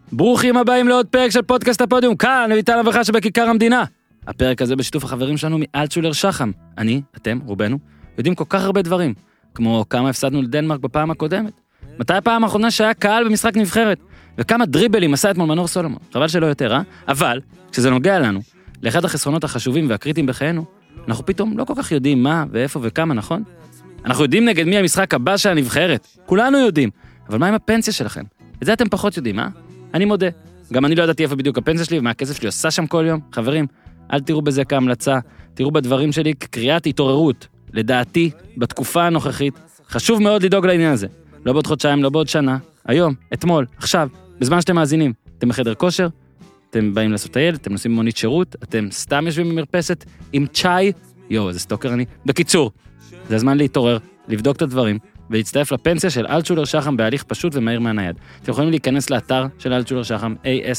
ברוכים הבאים לעוד פרק של פודקאסט הפודיום, כאן אביטל אברכה שבכיכר המדינה. הפרק הזה בשיתוף החברים שלנו מאלטשולר שחם. אני, אתם, רובנו, יודעים כל כך הרבה דברים, כמו כמה הפסדנו לדנמרק בפעם הקודמת, מתי הפעם האחרונה שהיה קהל במשחק נבחרת, וכמה דריבלים עשה אתמול מנור סולומון. חבל שלא יותר, אבל כשזה נוגע לנו, לאחד החסרונות החשובים והקריטיים בחיינו, אנחנו פתאום לא כל כך יודעים מה ואיפה וכמה, נכון? אנחנו יודעים נגד מי המשחק הבא של הנבחרת. כולנו יודעים. אבל מה עם הפנסיה שלכם? את זה אתם פחות יודעים, אה? אני מודה. גם אני לא ידעתי איפה בדיוק הפנסיה שלי ומה הכסף שלי עושה שם כל יום. חברים, אל תראו בזה כהמלצה. תראו בדברים שלי כקריאת התעוררות. לדעתי, בתקופה הנוכחית, חשוב מאוד לדאוג לעניין הזה. לא בעוד חודשיים, לא בעוד שנה. היום, אתמול, עכשיו, בזמן שאתם מאזינים. אתם בחדר כושר, אתם באים לעשות הילד, אתם נוסעים במונית שירות, אתם סתם יושבים במרפסת עם צ'אי. איזה סטוקר אני. בקיצור, זה הזמן להתעורר, לבדוק את הדברים, ולהצטרף לפנסיה של אלטשולר שחם בהליך פשוט ומהיר מהנייד. אתם יכולים להיכנס לאתר של אלטשולר שחם,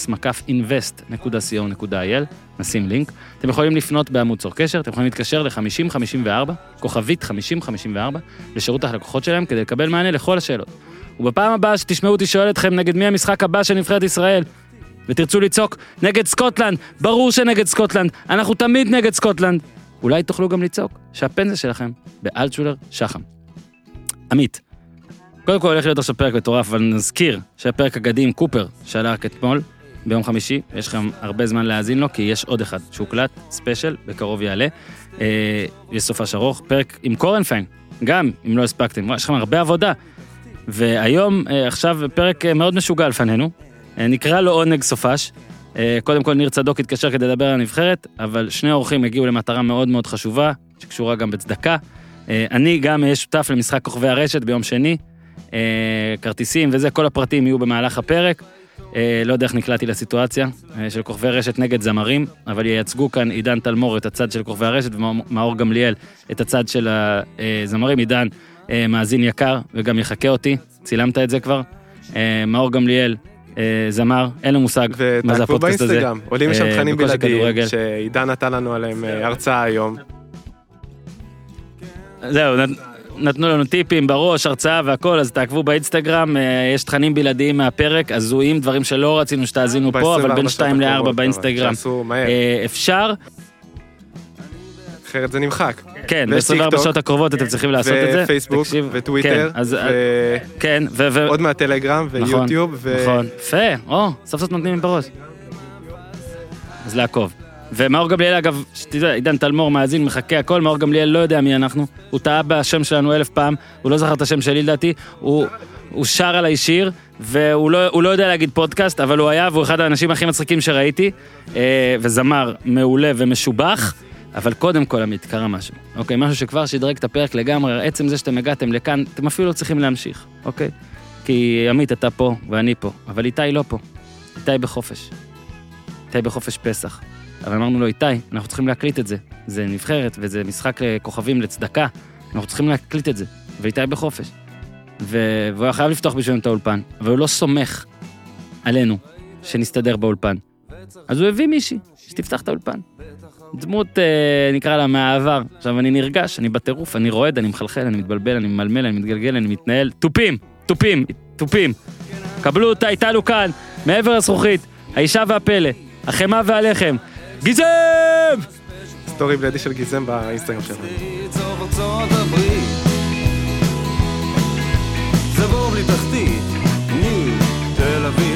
as-invest.co.il, נשים לינק. אתם יכולים לפנות בעמוד צור קשר, אתם יכולים להתקשר ל-5054, כוכבית 5054, לשירות הלקוחות שלהם, כדי לקבל מענה לכל השאלות. ובפעם הבאה שתשמעו אותי שואל אתכם נגד מי המשחק הבא של נבחרת ישראל, ותרצו לצעוק נגד סקוטלנד, ברור שנגד סקוטלנד, אנחנו תמיד נגד סקוטלנד. אולי תוכלו גם לצעוק שהפנסיה שלכם באלטשולר שחם. עמית, קודם כל הולך להיות עכשיו פרק מטורף, אבל נזכיר שהפרק אגדי עם קופר שעלה רק אתמול, ביום חמישי, יש לכם הרבה זמן להאזין לו, כי יש עוד אחד שהוקלט, ספיישל, בקרוב יעלה, יש סופש ארוך, פרק עם קורנפיין, גם אם לא הספקתם, יש לכם הרבה עבודה, והיום עכשיו פרק מאוד משוגע לפנינו, נקרא לו עונג סופש, קודם כל ניר צדוק התקשר כדי לדבר על הנבחרת, אבל שני אורחים הגיעו למטרה מאוד מאוד חשובה, שקשורה גם בצדקה. אני גם אהיה שותף למשחק כוכבי הרשת ביום שני, כרטיסים וזה, כל הפרטים יהיו במהלך הפרק. לא יודע איך נקלעתי לסיטואציה של כוכבי הרשת נגד זמרים, אבל ייצגו כאן עידן תלמור את הצד של כוכבי הרשת, ומאור גמליאל את הצד של הזמרים. עידן מאזין יקר וגם יחכה אותי, צילמת את זה כבר. מאור גמליאל זמר, אין לו מושג מה זה הפודקאסט הזה. עולים שם תכנים בלעדיים שעידן נתן לנו עליהם הרצאה היום. זהו, נתנו לנו טיפים בראש, הרצאה והכל, אז תעקבו באינסטגרם, יש תכנים בלעדיים מהפרק, הזויים, דברים שלא רצינו שתאזינו פה, אבל בין 2 ל-4 באינסטגרם אפשר. אחרת זה נמחק. כן, ב-24 שעות הקרובות אתם צריכים לעשות את זה. ופייסבוק וטוויטר, ועוד מהטלגרם ויוטיוב. נכון, סוף סוף נותנים בראש. אז לעקוב. ומאור גמליאל, אגב, שתדע, עידן תלמור מאזין, מחכה הכל, מאור גמליאל לא יודע מי אנחנו, הוא טעה בשם שלנו 1000 פעם, הוא לא זכר את השם שלי לדעתי, הוא שר עליי שיר, והוא לא יודע להגיד פודקאסט, אבל הוא היה, והוא אחד האנשים הכי מצחיקים שראיתי, וזמר מעולה ומשובח, אבל קודם כל עמית, קרה משהו, אוקיי? משהו שכבר שדרג את הפרק לגמרי, עצם זה שאתם הגעתם לכאן, אתם אפילו לא צריכים להמשיך, אוקיי? כי עמית, אתה פה, ואני פה, אבל איתי לא פה, איתי בחופש פסח. אבל אמרנו לו, איתי, אנחנו צריכים להקליט את זה. זה נבחרת, וזה משחק לכוכבים לצדקה. אנחנו צריכים להקליט את זה. ואיתי בחופש. והוא היה חייב לפתוח בשביל את האולפן, אבל הוא לא סומך עלינו שנסתדר באולפן. אז הוא הביא מישהי שתפתח את האולפן. דמות, נקרא לה, מהעבר. עכשיו, אני נרגש, אני בטירוף, אני רועד, אני מחלחל, אני מתבלבל, אני ממלמל, אני מתגלגל, אני מתנהל. טופים. קבלו אותה, איתנו כאן, מעבר לזכוכית, האישה והפלא, החמה והלחם. גיזם! סטורי בלעדי של גיזם באינסטגרם שלנו. זבור בלי תחתית, תל אביב,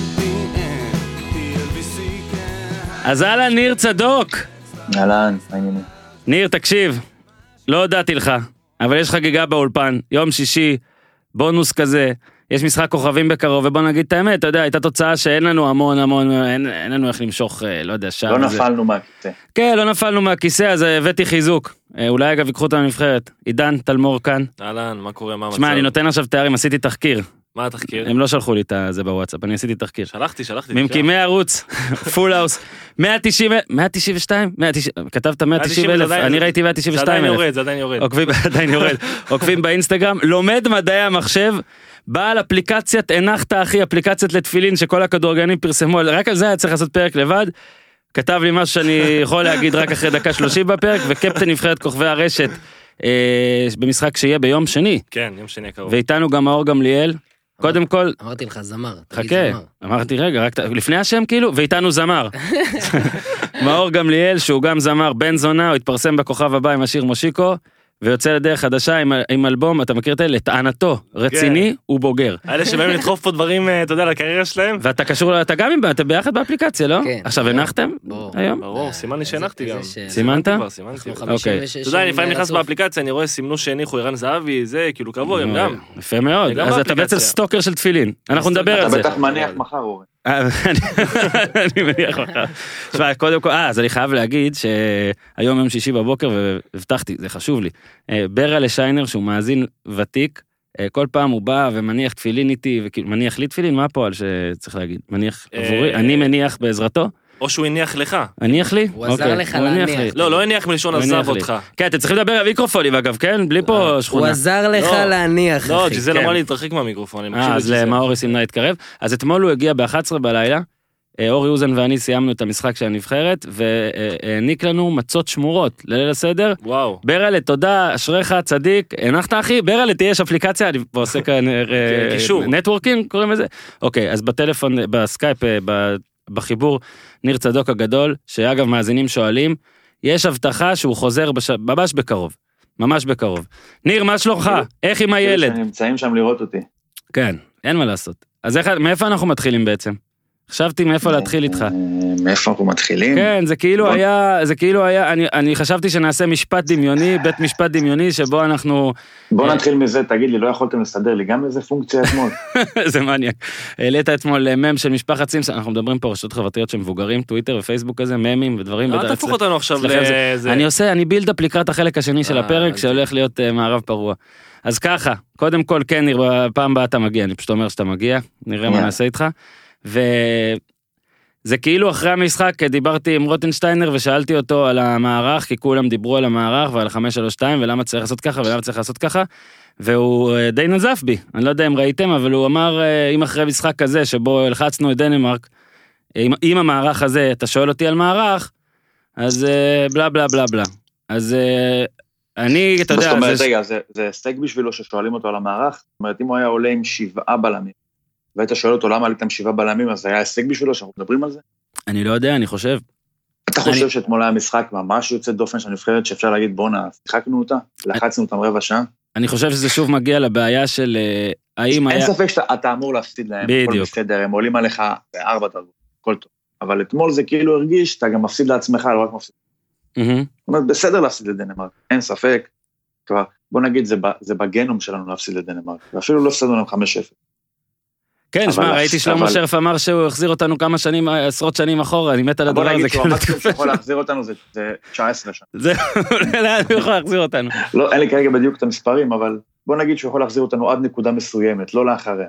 אז אהלן, ניר צדוק. אהלן, העניינים. ניר, תקשיב, לא הודעתי לך, אבל יש חגיגה באולפן, יום שישי, בונוס כזה, יש משחק כוכבים בקרוב, ובוא נגיד את האמת, אתה יודע, הייתה תוצאה שאין לנו המון, אין לנו איך למשוך, לא יודע, שער. לא נפלנו מהכיסא. כן, לא נפלנו מהכיסא, אז הבאתי חיזוק. אולי אגב יקחו אותנו לנבחרת. עידן, תלמור כאן. אהלן, מה קורה, מה המצב? שמע, אני נותן עכשיו תארים, עשיתי תחקיר. מה התחקיר? הם לא שלחו לי את זה בוואטסאפ, אני עשיתי תחקיר. שלחתי. ממקימי ערוץ, פול האוס, 192, כתבת 190,000, אני ראיתי 192,000. זה עדיין יורד. עדיין יורד. עוקבים באינסטגרם, לומד מדעי המחשב, בעל אפליקציית הנחת אחי, אפליקציית לתפילין שכל הכדורגלנים פרסמו, רק על זה היה צריך לעשות פרק לבד, כתב לי משהו שאני יכול להגיד רק אחרי דקה 30 בפרק, וקפטן נבחרת כוכבי הרשת, במשחק שיהיה ביום שני. כן, יום שני הקרוב. ואיתנו גם מאור גמליאל, קודם כל... אמרתי לך זמר. חכה, אמרתי רגע, רק לפני השם כאילו, ואיתנו זמר. מאור גמליאל, שהוא גם זמר בן זונה, הוא התפרסם בכוכב הבא עם השיר מושיקו, ויוצא לדרך חדשה עם אלבום, אתה מכיר את זה? לטענתו, רציני ובוגר. האלה שבאים לדחוף פה דברים, אתה יודע, לקריירה שלהם. ואתה קשור, אתה גם אתם ביחד באפליקציה, לא? כן. עכשיו הנחתם? היום? ברור, סימן לי שהנחתי גם. סימנת? סימנתי. אוקיי. אתה יודע, אני לפעמים נכנס באפליקציה, אני רואה סימנו שהניחו ערן זהבי, זה כאילו קבוע, גם. יפה מאוד. אז אתה בעצם סטוקר של תפילין. אנחנו נדבר על זה. אתה בטח מניח מחר, אורי. אני מניח מחר. תשמע, קודם כל, אז אני חייב להגיד שהיום יום שישי בבוקר, והבטחתי, זה חשוב לי, ברלה שיינר, שהוא מאזין ותיק, כל פעם הוא בא ומניח תפילין איתי, מניח לי תפילין, מה הפועל שצריך להגיד? מניח עבורי, אני מניח בעזרתו. או שהוא הניח לך. הניח לי? הוא עזר לך להניח. לא הניח מלשון עזב אותך. כן, אתם צריכים לדבר על מיקרופונים אגב, כן? בלי פה שכונה. הוא עזר לך להניח. לא, ג'יזל אמרה להתרחק מהמיקרופונים. אז למאורי סימנה התקרב. אז אתמול הוא הגיע ב-11 בלילה, אורי אוזן ואני סיימנו את המשחק של הנבחרת, והעניק לנו מצות שמורות לליל הסדר. וואו. ברלה, תודה, אשריך, צדיק, הנחת אחי, ברלה, תהיה יש אפליקציה, אני עושה כאן נטוורקינג, קוראים לזה? אוקיי, אז בטלפון, בסקייפ, בחיבור, ניר צדוק הגדול, שאגב מאזינים שואלים, יש הבטחה שהוא חוזר ממש בקרוב, ממש בקרוב. ניר, מה שלומך? איך עם הילד? נמצאים שם לראות אותי. כן, אין מה לעשות. אז מאיפה אנחנו מתחילים בעצם? חשבתי מאיפה להתחיל איתך. מאיפה אנחנו מתחילים? כן, זה כאילו היה, אני חשבתי שנעשה משפט דמיוני, בית משפט דמיוני, שבו אנחנו... בוא נתחיל מזה, תגיד לי, לא יכולתם לסדר לי גם איזה פונקציה אתמול? זה מניאק. העלית אתמול מם של משפחת סימפסון, אנחנו מדברים פה רשתות חברתיות שמבוגרים, טוויטר ופייסבוק כזה, ממים ודברים. אל תפוך אותנו עכשיו לזה. אני בילדאפ לקראת החלק השני של הפרק, שהולך להיות מערב פרוע. אז ככה, קודם כל, כן, ניר, פעם הבאה אתה מגיע, אני פשוט אומר שאתה מגיע, נראה מה נעשה איתך. וזה כאילו אחרי המשחק דיברתי עם רוטנשטיינר ושאלתי אותו על המערך, כי כולם דיברו על המערך ועל 532 ולמה צריך לעשות ככה ולמה צריך לעשות ככה, והוא די נזף בי, אני לא יודע אם ראיתם, אבל הוא אמר, אם אחרי משחק כזה שבו הלחצנו את דנמרק, אם המערך הזה, אתה שואל אותי על מערך, אז בלה בלה בלה בלה. אז אני, אתה יודע... זאת אומרת, רגע, זה הישג בשבילו ששואלים אותו על המערך, זאת אומרת, אם הוא היה עולה עם 7 בלמים, והיית שואל אותו למה עליתם 7 בלמים, אז זה היה הישג בשבילו שאנחנו מדברים על זה? אני לא יודע, אני חושב. אתה חושב שאתמול היה משחק ממש יוצא דופן של הנבחרת, שאפשר להגיד בונה, שיחקנו אותה, לחצנו אותם רבע שעה? אני חושב שזה שוב מגיע לבעיה של האם היה... אין ספק שאתה אמור להפסיד להם, הכל בסדר, הם עולים עליך 4 דרגות, הכל טוב. אבל אתמול זה כאילו הרגיש, אתה גם מפסיד לעצמך, לא רק מפסיד. זאת אומרת, בסדר להפסיד לדנמרק, אין ספק. כבר, בוא נגיד, זה בגנום שלנו להפסיד לדנמרק, ואפילו לא הפסדנו להם 5-0. כן, שמע, ראיתי שלמה שרף אמר שהוא החזיר אותנו כמה שנים, עשרות שנים אחורה, אני מת על הדבר הזה. בוא נגיד שהוא המקסימום שיכול להחזיר אותנו זה 19 שנה. זה, לאן הוא יכול להחזיר אותנו? לא, אין לי כרגע בדיוק את המספרים, אבל בוא נגיד שהוא יכול להחזיר אותנו עד נקודה מסוימת, לא לאחריה.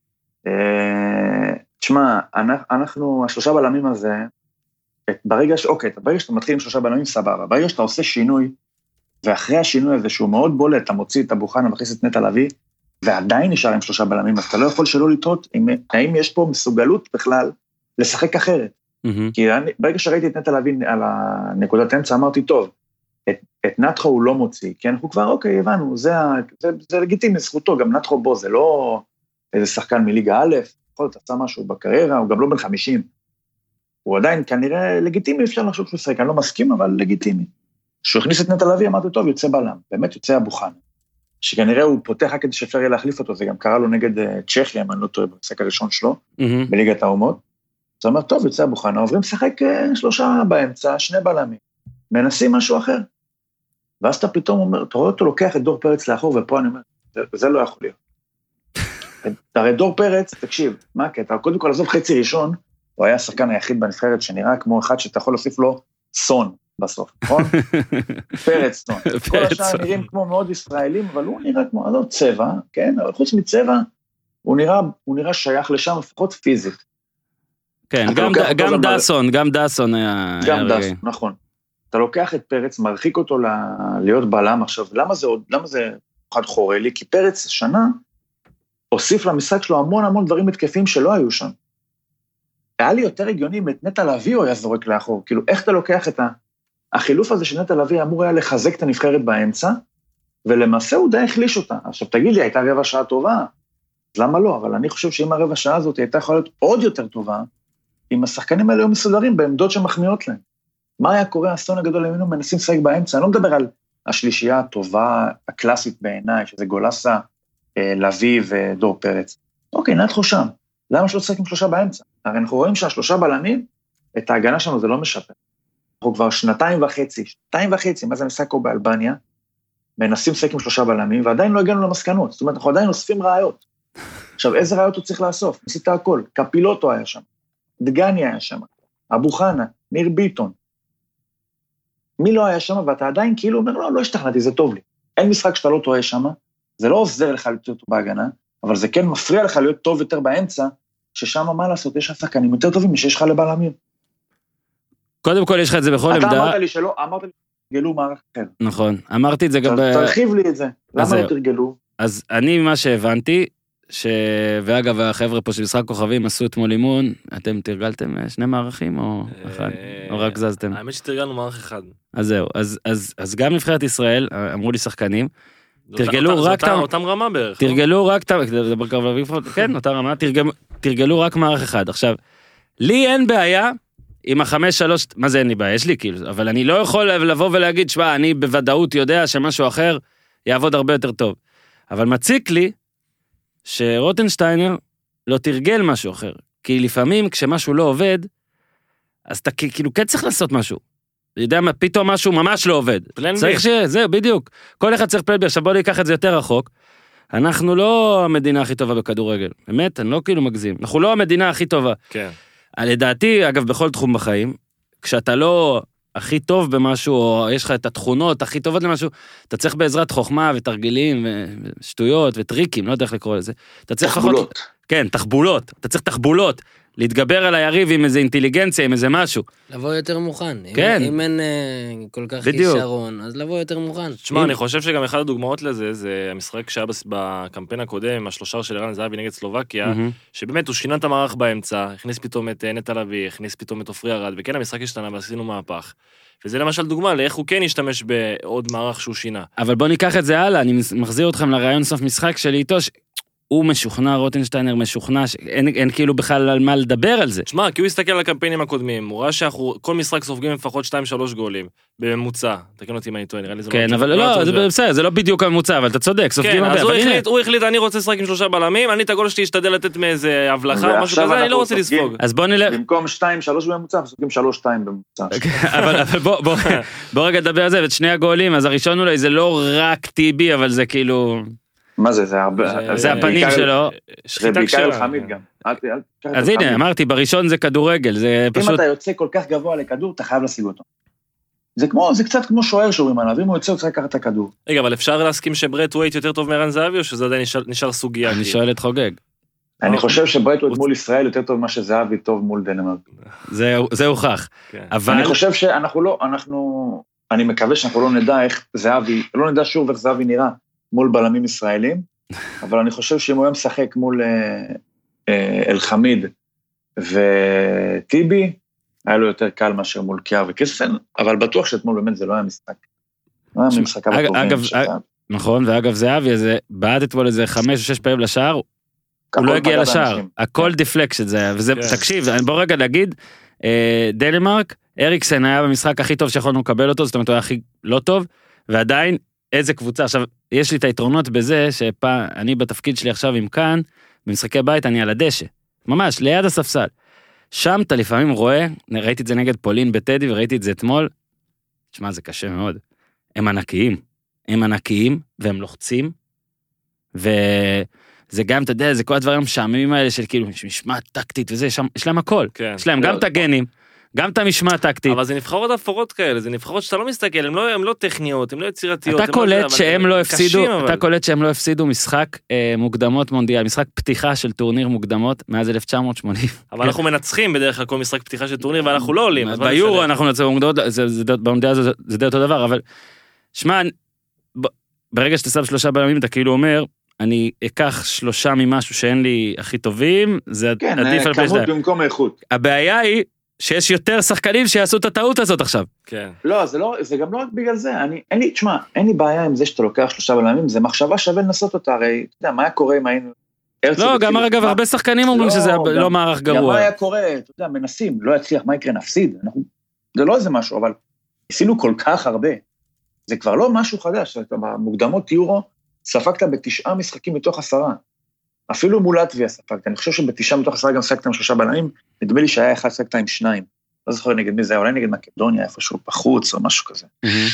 תשמע, אנחנו, 3 בלמים הזה, ברגע שאתה מתחיל עם 3 בלמים, סבבה. ברגע שאתה עושה שינוי, ואחרי השינוי הזה שהוא מאוד בולט, אתה מוציא את הבוחן, מכניס את נטע לביא, ועדיין נשאר עם 3 בלמים, אז אתה לא יכול שלא לטעות, האם יש פה מסוגלות בכלל לשחק אחרת. כי ברגע שראיתי את נטע לביא על הנקודת אמצע, אמרתי, טוב, את נתחו הוא לא מוציא, כי אנחנו כבר, אוקיי, הבנו, זה לגיטימי, זכותו, גם נתחו בו, זה לא איזה שחקן מליגה א', יכול להיות, עשה משהו בקריירה, הוא גם לא בן 50, הוא עדיין כנראה לגיטימי, אפשר לחשוב שהוא שחק, אני לא מסכים, אבל לגיטימי. כשהוא הכניס את נטע לביא, אמרתי, טוב, יוצא בלם, באמת יוצא הבוחן. שכנראה הוא פותח כדי שאפשר יהיה להחליף אותו, זה גם קרה לו נגד צ'כיה, אם אני לא טועה, במשחק הראשון שלו, בליגת האומות. זה אומר, טוב, יוצא הבוחנה, עוברים לשחק 3 באמצע, 2 בלמים, מנסים משהו אחר. ואז אתה פתאום אומר, אתה רואה אותו לוקח את דור פרץ לאחור, ופה אני אומר, זה לא יכול להיות. הרי דור פרץ, תקשיב, מה הקטע? קודם כל, עזוב חצי ראשון, הוא היה השחקן היחיד בנבחרת שנראה כמו אחד שאתה יכול להוסיף לו סון בסוף, נכון? פרץ סון. כל השאר נראים כמו מאוד ישראלים, אבל הוא נראה כמו, לא צבע, כן? אבל חוץ מצבע, הוא נראה שייך לשם, לפחות פיזית. כן, גם דאסון היה... גם דאסון, נכון. אתה לוקח את פרץ, מרחיק אותו להיות בלם עכשיו, למה זה אחד חורה לי? כי פרץ שנה הוסיף למשחק שלו המון דברים התקפים שלא היו שם. היה לי יותר הגיוני, את נטע לביא הוא היה זורק לאחור, כאילו איך אתה לוקח את החילוף הזה של נטע לביא אמור היה לחזק את הנבחרת באמצע, ולמעשה הוא די החליש אותה. עכשיו תגיד לי, הייתה רבע שעה טובה, אז למה לא? אבל אני חושב שאם הרבע שעה הזאת הייתה יכולה להיות עוד יותר טובה, אם השחקנים האלה היו מסודרים בעמדות שמחמיאות להם. מה היה קורה האסון הגדול אם היינו מנסים לשחק באמצע? אני לא מדבר על השלישייה הטובה, הקלאסית בעיניי, שזה גולסה, לוי ודור פרץ. אוקיי, נתחו שם. למה שלא לשחק עם 3 באמצע? הרי אנחנו רואים שה3 בלמים, את ההגנה שלנו זה לא משפר. אנחנו כבר 2.5, מה זה משחק פה באלבניה, מנסים לשחק עם 3 בלמים, ועדיין לא הגענו למסקנות. זאת אומרת, אנחנו עדיין אוספים ראיות. עכשיו, איזה ראיות הוא צריך לאסוף? ניסית הכל. קפילוטו היה שם, דגני היה שם, אבו חנה, ניר ביטון. מי לא היה שם, ואתה עדיין כאילו אומר, לא השתכנעתי, זה טוב לי. אין משחק שאתה לא טועה שם, זה לא עוזר לך להיות טוב בהגנה, אבל זה כן מפריע לך להיות טוב יותר באמצע, ששם מה לעשות, יש השחקנים יותר טובים שיש לך לבלמים. קודם כל יש לך את זה בכל עמדה. אתה אמרת לי שלא, אמרת לי תרגלו מערך אחר. נכון, אמרתי את זה גם... תרחיב לי את זה, למה לא תרגלו? אז אני מה שהבנתי, ואגב החבר'ה פה של משחק כוכבים עשו אתמול אימון, אתם תרגלתם 2 מערכים או אחד? או רק זזתם? האמת שתרגלנו מערך אחד. אז זהו, אז גם נבחרת ישראל, אמרו לי שחקנים, תרגלו רק... אותם רמה בערך. תרגלו רק... כן, אותה רמה, תרגלו רק מערך אחד. עכשיו, לי אין בעיה עם 5-3, מה זה אין לי בעיה? יש לי כאילו, אבל אני לא יכול לבוא ולהגיד, שמה, אני בוודאות יודע שמשהו אחר יעבוד הרבה יותר טוב. אבל מציק לי שרוטנשטיינר לא תרגל משהו אחר. כי לפעמים כשמשהו לא עובד, אז אתה כאילו כן צריך לעשות משהו. יודע מה, פתאום משהו ממש לא עובד. צריך זה, בדיוק. כל אחד צריך פלן בי. עכשיו בוא ניקח את זה יותר רחוק. אנחנו לא המדינה הכי טובה בכדורגל. באמת, אני לא כאילו מגזים. אנחנו לא המדינה הכי טובה. כן. לדעתי, אגב, בכל תחום בחיים, כשאתה לא הכי טוב במשהו, או יש לך את התכונות הכי טובות למשהו, אתה צריך בעזרת חוכמה ותרגילים ושטויות וטריקים, לא יודע איך לקרוא לזה. תחבולות. כן, תחבולות. אתה צריך תחבולות. להתגבר על היריב עם איזה אינטליגנציה, עם איזה משהו. לבוא יותר מוכן. כן. אם אין כל כך כישרון, אז לבוא יותר מוכן. תשמע, אני חושב שגם אחד הדוגמאות לזה, זה המשחק שהיה בקמפיין הקודם, השלושה של ערן זהבי נגד סלובקיה, שבאמת הוא שינה את המערך באמצע, הכניס פתאום את נטע לביא, הכניס פתאום את עופרי ארד, וכן המשחק השתנה ועשינו מהפך. וזה למשל דוגמה לאיך הוא כן ישתמש בעוד מערך שהוא שינה. אבל בוא ניקח את זה הלאה, אני מחזיר אתכם לרעיון סוף משחק שלי איתו, הוא משוכנע, רוטנשטיינר משוכנע, אין כאילו בכלל על מה לדבר על זה. תשמע, כי הוא הסתכל על הקמפיינים הקודמים, הוא ראה שאנחנו כל משחק סופגים לפחות 2-3 גולים, בממוצע, תקן אותי מה אני טועה, נראה לי זה כן, אבל לא, זה בסדר, זה לא בדיוק הממוצע, אבל אתה צודק, סופגים הרבה. כן, אז הוא החליט, אני רוצה לשחק עם 3 בלמים, אני את הגול שלי אשתדל לתת מאיזה הבלחה או משהו כזה, אני לא רוצה לספוג. אז בוא נלך... במקום 2-3 בממוצע, סופגים 3-2 בממוצע. אבל בוא רגע לדבר על זה, ואת שני הגולים, אז הראשון אולי זה לא רק טיבי, אבל זה כאילו... מה זה? זה הרבה... זה הפנים שלו. זה בעיקר אלחמיד גם. אז הנה, אמרתי, בראשון זה כדורגל, זה פשוט... אם אתה יוצא כל כך גבוה לכדור, אתה חייב להשיג אותו. זה קצת כמו שוער שאומרים עליו, אם הוא יוצא, הוא צריך לקחת את הכדור. רגע, אבל אפשר להסכים שברט ווייט יותר טוב מערן זהבי, או שזה עדיין נשאר סוגיה? אני שואל את חוגג. אני חושב שברט ווייט מול ישראל יותר טוב ממה שזהבי טוב מול דנמרק. זה הוכח. אני חושב שאנחנו לא, אני מקווה שאנחנו לא נדע איך זהבי, לא נדע שוב איך זהבי נראה מול בלמים ישראלים, אבל אני חושב שאם הוא היה משחק מול אלחמיד וטיבי, היה לו יותר קל מאשר מול קיאר וקיספן, אבל בטוח שאתמול באמת זה לא היה משחק. לא היה משחק הטובים שזהבי. נכון, ואגב זהבי, בעד אתמול איזה 5 או 6 פעמים לשער, הוא לא הגיע לשער, הכל דיפלקשן זה היה, וזה, תקשיב, בוא רגע להגיד, דנמרק, אריקסן היה במשחק הכי טוב שיכולנו לקבל אותו, זאת אומרת הוא היה הכי לא טוב, ועדיין איזה קבוצה, עכשיו, יש לי את היתרונות בזה, שאני בתפקיד שלי עכשיו עם כאן, במשחקי בית אני על הדשא, ממש, ליד הספסל, שם אתה לפעמים רואה, ראיתי את זה נגד פולין בטדי, וראיתי את זה אתמול, תשמע, זה קשה מאוד, הם ענקיים, והם לוחצים, וזה גם, אתה יודע, זה כל הדברים המשעממים האלה, של כאילו, משמעת טקטית וזה, יש להם הכל, יש להם גם את הגנים, גם את המשמעת טקטית. אבל זה נבחרות אפורות כאלה, זה נבחרות שאתה לא מסתכל, הן לא טכניות, הן לא יצירתיות. אתה קולט שהם לא הפסידו משחק מוקדמות מונדיאל, משחק פתיחה של טורניר מוקדמות מאז 1980. אבל אנחנו מנצחים בדרך כלל כל משחק פתיחה של טורניר, ואנחנו לא עולים. ביורו אנחנו נצא במוקדמות, במונדיאל זה די אותו דבר, אבל שמע, ברגע שאתה שם 3 בלמים, אתה כאילו אומר, אני אקח 3 ממשהו שאין לי הכי טובים, זה עדיף על כמות במקום האיכות. הבעיה היא שיש יותר שחקנים שיעשו את הטעות הזאת עכשיו. כן. לא, זה גם לא רק בגלל זה, אין לי בעיה עם זה שאתה לוקח 3 בלמים, זה מחשבה שווה לנסות אותה, הרי, אתה יודע, מה היה קורה אם היינו לא, גם אגב, הרבה שחקנים אומרים שזה לא מערך גרוע. גם מה היה קורה, אתה יודע, מנסים, לא יצליח, מה יקרה, נפסיד. זה לא איזה משהו, אבל עשינו כל כך הרבה. זה כבר לא משהו חדש, במוקדמות יורו, ספגת ב9 משחקים מתוך 10. אפילו מול לטביה ספגת. אני חושב שב9 מתוך 10 גם ספגת עם 3 בלמים, נדמה לי שהיה אחד ספגת עם 2. לא זוכר נגד מי זה, אולי נגד מקדוניה, איפשהו בחוץ או משהו כזה.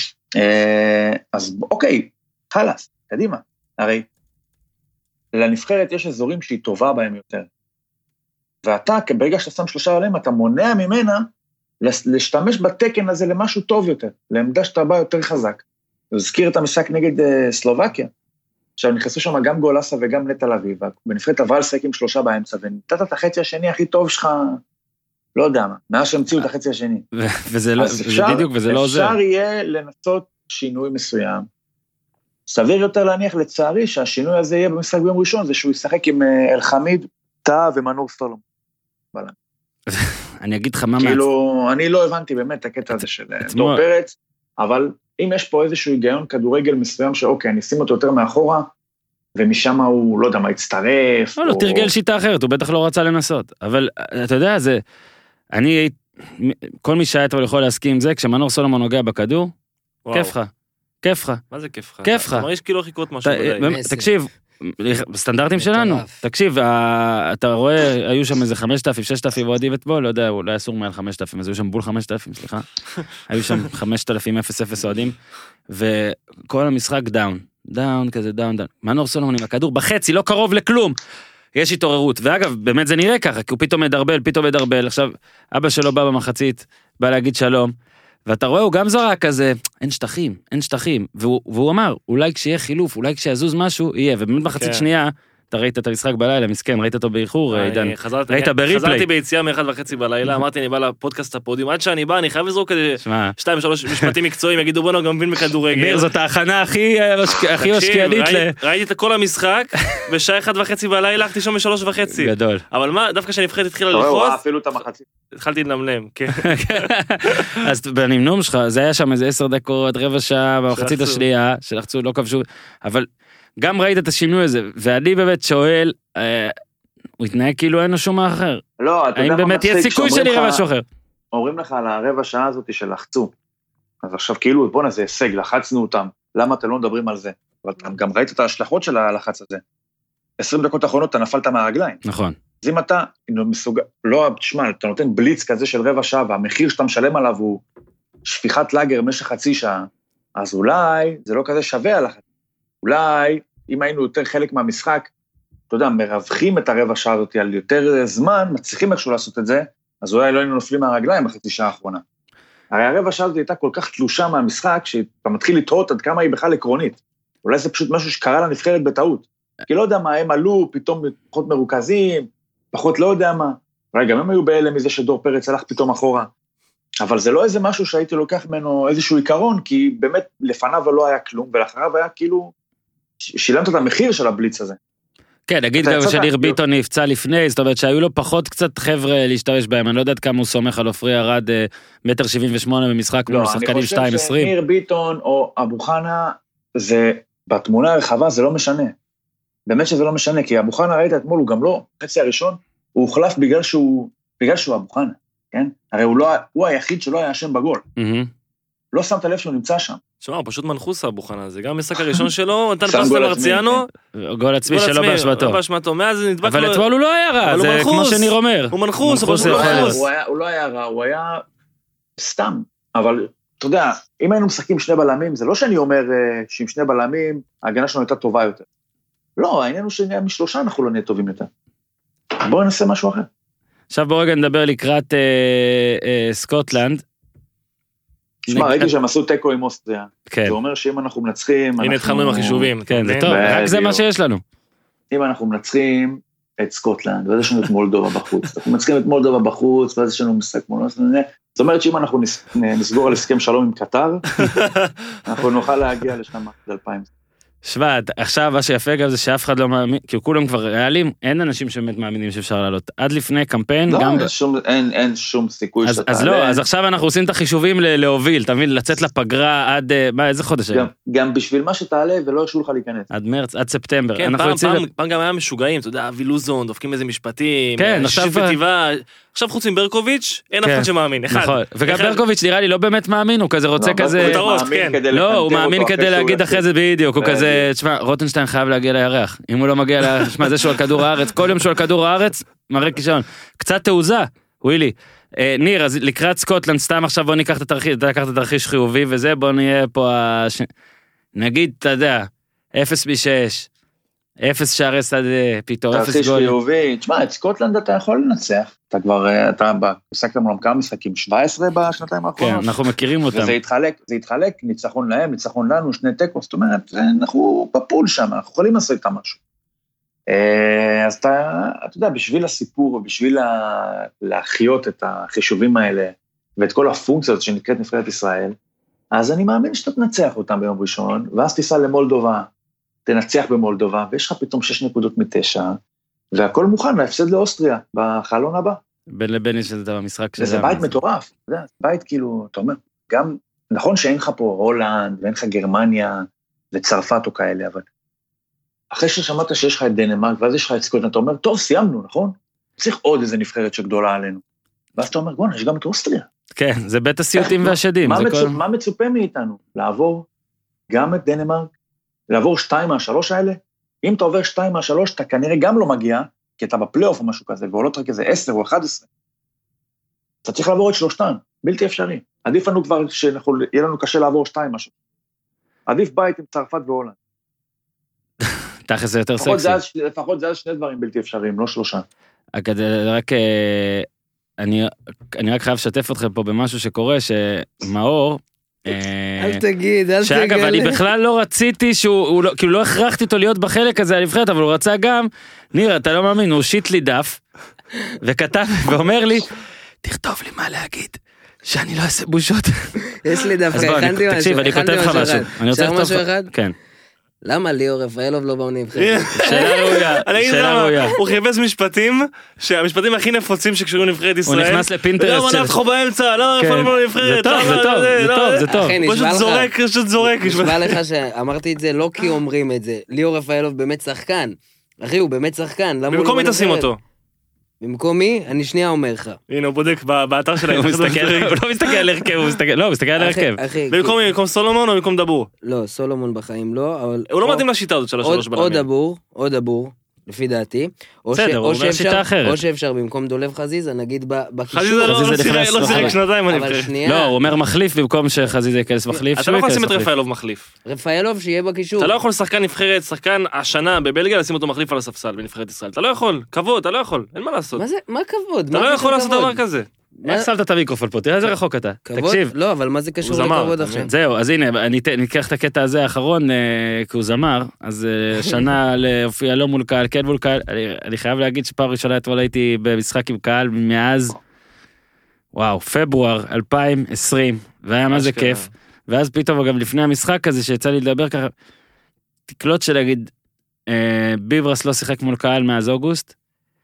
אז אוקיי, חלס, קדימה. הרי לנבחרת יש אזורים שהיא טובה בהם יותר. ואתה, ברגע שאתה שם 3 עליהם, אתה מונע ממנה להשתמש בתקן הזה למשהו טוב יותר, לעמדה שאתה בא יותר חזק. הזכיר את המשחק נגד סלובקיה. עכשיו נכנסו שם גם גולסה וגם נטע לביא, בנבחרת עברה לשחק עם 3 באמצע, ונתת את החצי השני הכי טוב שלך, לא יודע מה, מאז שהמציאו את החצי השני. וזה בדיוק, וזה לא עוזר. אפשר יהיה לנסות שינוי מסוים, סביר יותר להניח לצערי שהשינוי הזה יהיה במשחק ביום ראשון, זה שהוא ישחק עם אלחמיד, טאה ומנור סולום. אני אגיד לך מה כאילו, אני לא הבנתי באמת את הקטע הזה של דור פרץ, אבל אם יש פה איזשהו היגיון כדורגל מסוים שאוקיי, אני אשים אותו יותר מאחורה, ומשם הוא, לא יודע מה, יצטרף. לא, תרגל שיטה אחרת, הוא בטח לא רצה לנסות. אבל אתה יודע, זה, כל מי שהיה יכול להסכים עם זה, כשמנור סולומון נוגע בכדור, כיף לך. כיף לך. מה זה כיף לך? כיף לך. אתה מרגיש כאילו חיכות משהו. תקשיב, בסטנדרטים שלנו, תקשיב, אתה רואה, היו שם איזה 5,000, 6,000 ועדים אתמול, לא יודע, אולי אסור מעל 5,000, אז היו שם בול 5,000, סליחה. היו שם 5,000 אוהדים, וכל המשחק דאון, כזה דאון. מנור סולומון עם הכדור בחצי, לא קרוב לכלום. יש התעוררות, ואגב, באמת זה נראה ככה, כי הוא פתאום מדרבל, עכשיו, אבא שלו בא במחצית, בא להגיד שלום, ואתה רואה, הוא גם זרק כזה, אין שטחים, והוא אמר, אולי כשיהיה חילוף, אולי כשיזוז משהו, יהיה, ובאמת מחצית שנייה, אתה ראית את המשחק בלילה, מסכן, ראית אותו באיחור, עידן, ראית בריפלי. חזרתי ביציאה מ1:30 בלילה, אמרתי, אני בא לפודקאסט הפודיום, עד שאני בא, אני חייב לזרוק כזה 2-3 משפטים מקצועיים, יגידו בוא גם מבין בכדורגל. ניר, זאת ההכנה הכי משקיענית. ראיתי את כל המשחק, בשעה 1:30 בלילה, הלכתי שם ב3:30. גדול. אבל מה, דווקא כשהנבחרת התחילה ללחוץ, אפילו את המחצית. התחלתי לנמנם, כן. אז בנמנום שלך, זה היה שם איזה 10 דקות, רבע שעה, במחצית השנייה, שלחצו, לא כבשו, אבל גם ראית את השינוי הזה, ואני באמת שואל, הוא התנהג כאילו אין לו שום אחר. לא, אתה יודע האם באמת יש סיכוי שנראה משהו אחר? אומרים לך על הרבע שעה הזאת שלחצו, אז עכשיו כאילו, בוא נזה הישג, לחצנו אותם, למה אתם לא מדברים על זה? אבל גם ראית את ההשלכות של הלחץ הזה. 20 דקות האחרונות אתה נפלת מהרגליים. נכון. אז אם אתה מסוגל, לא, תשמע, אתה נותן בליץ כזה של רבע שעה, והמחיר שאתה משלם עליו הוא שפיכת לגר במשך חצי שעה, אז אולי זה לא כזה שווה הלחץ. אולי, אם היינו יותר חלק מהמשחק, אתה יודע, מרווחים את הרבע שעה הזאת על יותר זמן, מצליחים איכשהו לעשות את זה, אז אולי לא היינו נופלים מהרגליים בחצי שעה האחרונה. הרי הרבע שעה הזאת הייתה כל כך תלושה מהמשחק, שאתה מתחיל לתהות עד כמה היא בכלל עקרונית. אולי זה פשוט משהו שקרה לנבחרת בטעות. כי לא יודע מה, הם עלו, פתאום פחות מרוכזים, פחות לא יודע מה. אולי גם הם היו בהלם מזה שדור פרץ הלך פתאום אחורה. אבל זה לא איזה משהו שהייתי לוקח ממנו איזשהו עיקרון, כי באמת לפניו לא היה כלום, ולאחריו היה כאילו, שילמת את המחיר של הבליץ הזה. כן, נגיד גם שניר ביטון נפצע לפני, זאת אומרת שהיו לו פחות קצת חבר'ה להשתמש בהם, אני לא יודעת כמה הוא סומך על עופרי ארד 1.78 במשחק מול שחקנים 2.20. אני חושב שניר ביטון או אבו חנה, זה בתמונה הרחבה זה לא משנה. באמת שזה לא משנה, כי אבו חנה ראית אתמול, הוא גם לא, חצי הראשון, הוא הוחלף בגלל שהוא אבו חנה, כן? הרי הוא היחיד שלא היה אשם בגול. לא שמת לב שהוא נמצא שם. תשמע, הוא פשוט מנחוס אבו חנה, זה גם המשחק הראשון שלו, נתן פס למרציאנו. גול עצמי שלו באשמתו. מאז זה נדבק לו. אבל אתמול הוא לא היה רע, זה כמו שניר אומר. הוא מנחוס, הוא לא היה רע, הוא היה סתם. אבל, אתה יודע, אם היינו משחקים 2 בלמים, זה לא שאני אומר שעם 2 בלמים, ההגנה שלנו הייתה טובה יותר. לא, העניין הוא שמ3 אנחנו לא נהיה טובים יותר. בואו נעשה משהו אחר. עכשיו בואו רגע נדבר לקראת סקוטלנד. תשמע, ראיתי שהם עשו טקו עם אוסטריה. זה אומר שאם אנחנו מנצחים... הנה התחלנו עם החישובים. כן, זה טוב, רק זה מה שיש לנו. אם אנחנו מנצחים את סקוטלנד, ואז יש לנו את מולדובה בחוץ. אנחנו מנצחים את מולדובה בחוץ, ואז יש לנו משחק מול אוסטריה. זאת אומרת שאם אנחנו נסגור על הסכם שלום עם קטר, אנחנו נוכל להגיע לשם עד 2000. שמע, עכשיו מה שיפה גם זה שאף אחד לא מאמין, כי כולם כבר ריאליים, אין אנשים שבאמת מאמינים שאפשר לעלות. עד לפני קמפיין, לא, גם... אין שום סיכוי שאתה... אז לא, אז עכשיו אנחנו עושים את החישובים להוביל, אתה מבין, לצאת לפגרה עד... מה, איזה חודש היום? גם בשביל מה שתעלה ולא ירשו לך להיכנס. עד מרץ, עד ספטמבר. כן, פעם גם היה משוגעים, אתה יודע, אבי לוזון, דופקים איזה משפטים, כן, עכשיו חוץ מברקוביץ', אין אף אחד שמאמין, אחד. נכון, וגם ברקוביץ' נראה לי לא באמת מאמין, הוא כזה רוצה כזה... לא, הוא מאמין כדי להגיד אחרי זה בדיוק, הוא כזה, תשמע, רוטנשטיין חייב להגיע לירח, אם הוא לא מגיע לירח, תשמע, זה שהוא על כדור הארץ, כל יום שהוא על כדור הארץ, מראה כישרון. קצת תעוזה, ווילי. ניר, אז לקראת סקוטלנד, סתם עכשיו בוא ניקח את התרחיש חיובי וזה, בוא נהיה פה, נגיד, אתה יודע, 0 ב-6, 0 שערי שדה, פתאום 0 תרחיש גול. חיובי, תשמע, את סקוטלנד אתה יכול לנצח, אתה כבר, אתה עסקת מולם כמה משחקים, 17 בשנתיים האחרונות. כן, אנחנו מכירים אותם. וזה יתחלק, ניצחון להם, ניצחון לנו, 2 תיקו, זאת אומרת, אנחנו בפול שם, אנחנו יכולים לעשות איתם משהו. אז אתה יודע, בשביל הסיפור, ובשביל להחיות את החישובים האלה, ואת כל הפונקציות שנקראת נבחרת ישראל, אז אני מאמין שאתה תנצח אותם ביום ראשון, ואז תיסע למולדובה, תנצח במולדובה, ויש לך פתאום 6 נקודות מ9, והכל מוכן להפסד לאוסטריה, בחלון הבא. בין לבין יש את המשחק שזה בית מטורף, אתה יודע, בית כאילו, אתה אומר, גם, נכון שאין לך פה הולנד, ואין לך גרמניה, וצרפת או כאלה, אבל אחרי ששמעת שיש לך את דנמרק, ואז יש לך את סקוטלנד, אתה אומר, טוב, סיימנו, נכון? צריך עוד איזה נבחרת שגדולה עלינו. ואז אתה אומר, בוא'נה, יש גם את אוסטריה. כן, זה בית הסיוטים והשדים. מה מצופה מאיתנו? לעבור גם את דנמרק, לעבור 2 מה-3 האלה? אם אתה עובר 2 מה-3, אתה כנראה גם לא מגיע, כי אתה בפלייאוף או משהו כזה, ועולות רק איזה 10 או 11. אתה צריך לעבור את 3, בלתי אפשרי. עדיף לנו כבר שיהיה לנו קשה לעבור 2 משהו. עדיף בית עם צרפת והולנד. תכף זה יותר סקסי. לפחות זה 2 דברים בלתי אפשריים, לא 3. אני רק חייב לשתף אתכם פה במשהו שקורה, שמאור, אל תגיד. שאגב, אני בכלל לא רציתי כאילו לא הכרחתי אותו להיות בחלק הזה הנבחרת, אבל הוא רצה גם, ניר, אתה לא מאמין, הוא שיט לי דף, וכתב ואומר לי, תכתוב לי מה להגיד, שאני לא אעשה בושות. יש לי דף, הכנתי משהו. תקשיב, אני כותב לך משהו. אפשר משהו אחד? כן. למה ליאור רפאלוב לא בנבחרת? שאלה ראויה. הוא חיפש משפטים, שהמשפטים הכי נפוצים שקשורים לנבחרת ישראל. הוא נכנס לפינטרסט של... למה נפחו באמצע? למה רפאלוב לא נבחרת? זה טוב. פשוט זורק. נשבע לך שאמרתי את זה לא כי אומרים את זה. ליאור רפאלוב באמת שחקן. אחי, הוא באמת שחקן. במקום מי תשים אותו? במקום מי? אני שנייה אומר לך. הנה, הוא בודק באתר שלהם. הוא לא מסתכל על הרכב, הוא מסתכל על הרכב. במקום סולומון או במקום דבור? לא, סולומון בחיים לא, אבל... הוא לא מתאים לשיטה הזאת של 3 בלמים. או דבור, לפי דעתי. בסדר, הוא אומר שיטה אחרת. או שאפשר במקום דולב חזיזה, נגיד בקישור. חזיזה לא שיחק שנתיים בנבחרת. לא, הוא אומר מחליף במקום שחזיזה ייכנס מחליף. אתה לא יכול לשים את רפאלוב מחליף. רפאלוב שיהיה בקישור. אתה לא יכול לשחקן נבחרת, שחקן השנה בבלגיה, לשים אותו מחליף על הספסל בנבחרת ישראל. אתה לא יכול, כבוד, אתה לא יכול, אין מה לעשות. מה כבוד? אתה לא יכול לעשות דבר כזה. איך שמת את המיקרופון פה? תראה איזה רחוק אתה. תקשיב. לא, אבל מה זה קשור לכבוד עכשיו? זהו, אז הנה, אני אקח את הקטע הזה האחרון, כי הוא זמר, אז שנה להופיע לא מול קהל, כן מול קהל, אני חייב להגיד שפעם ראשונה אתמול הייתי במשחק עם קהל מאז, וואו, פברואר 2020, והיה מה זה כיף, ואז פתאום גם לפני המשחק הזה שיצא לי לדבר ככה, תקלוט שלהגיד, ביברס לא שיחק מול קהל מאז אוגוסט,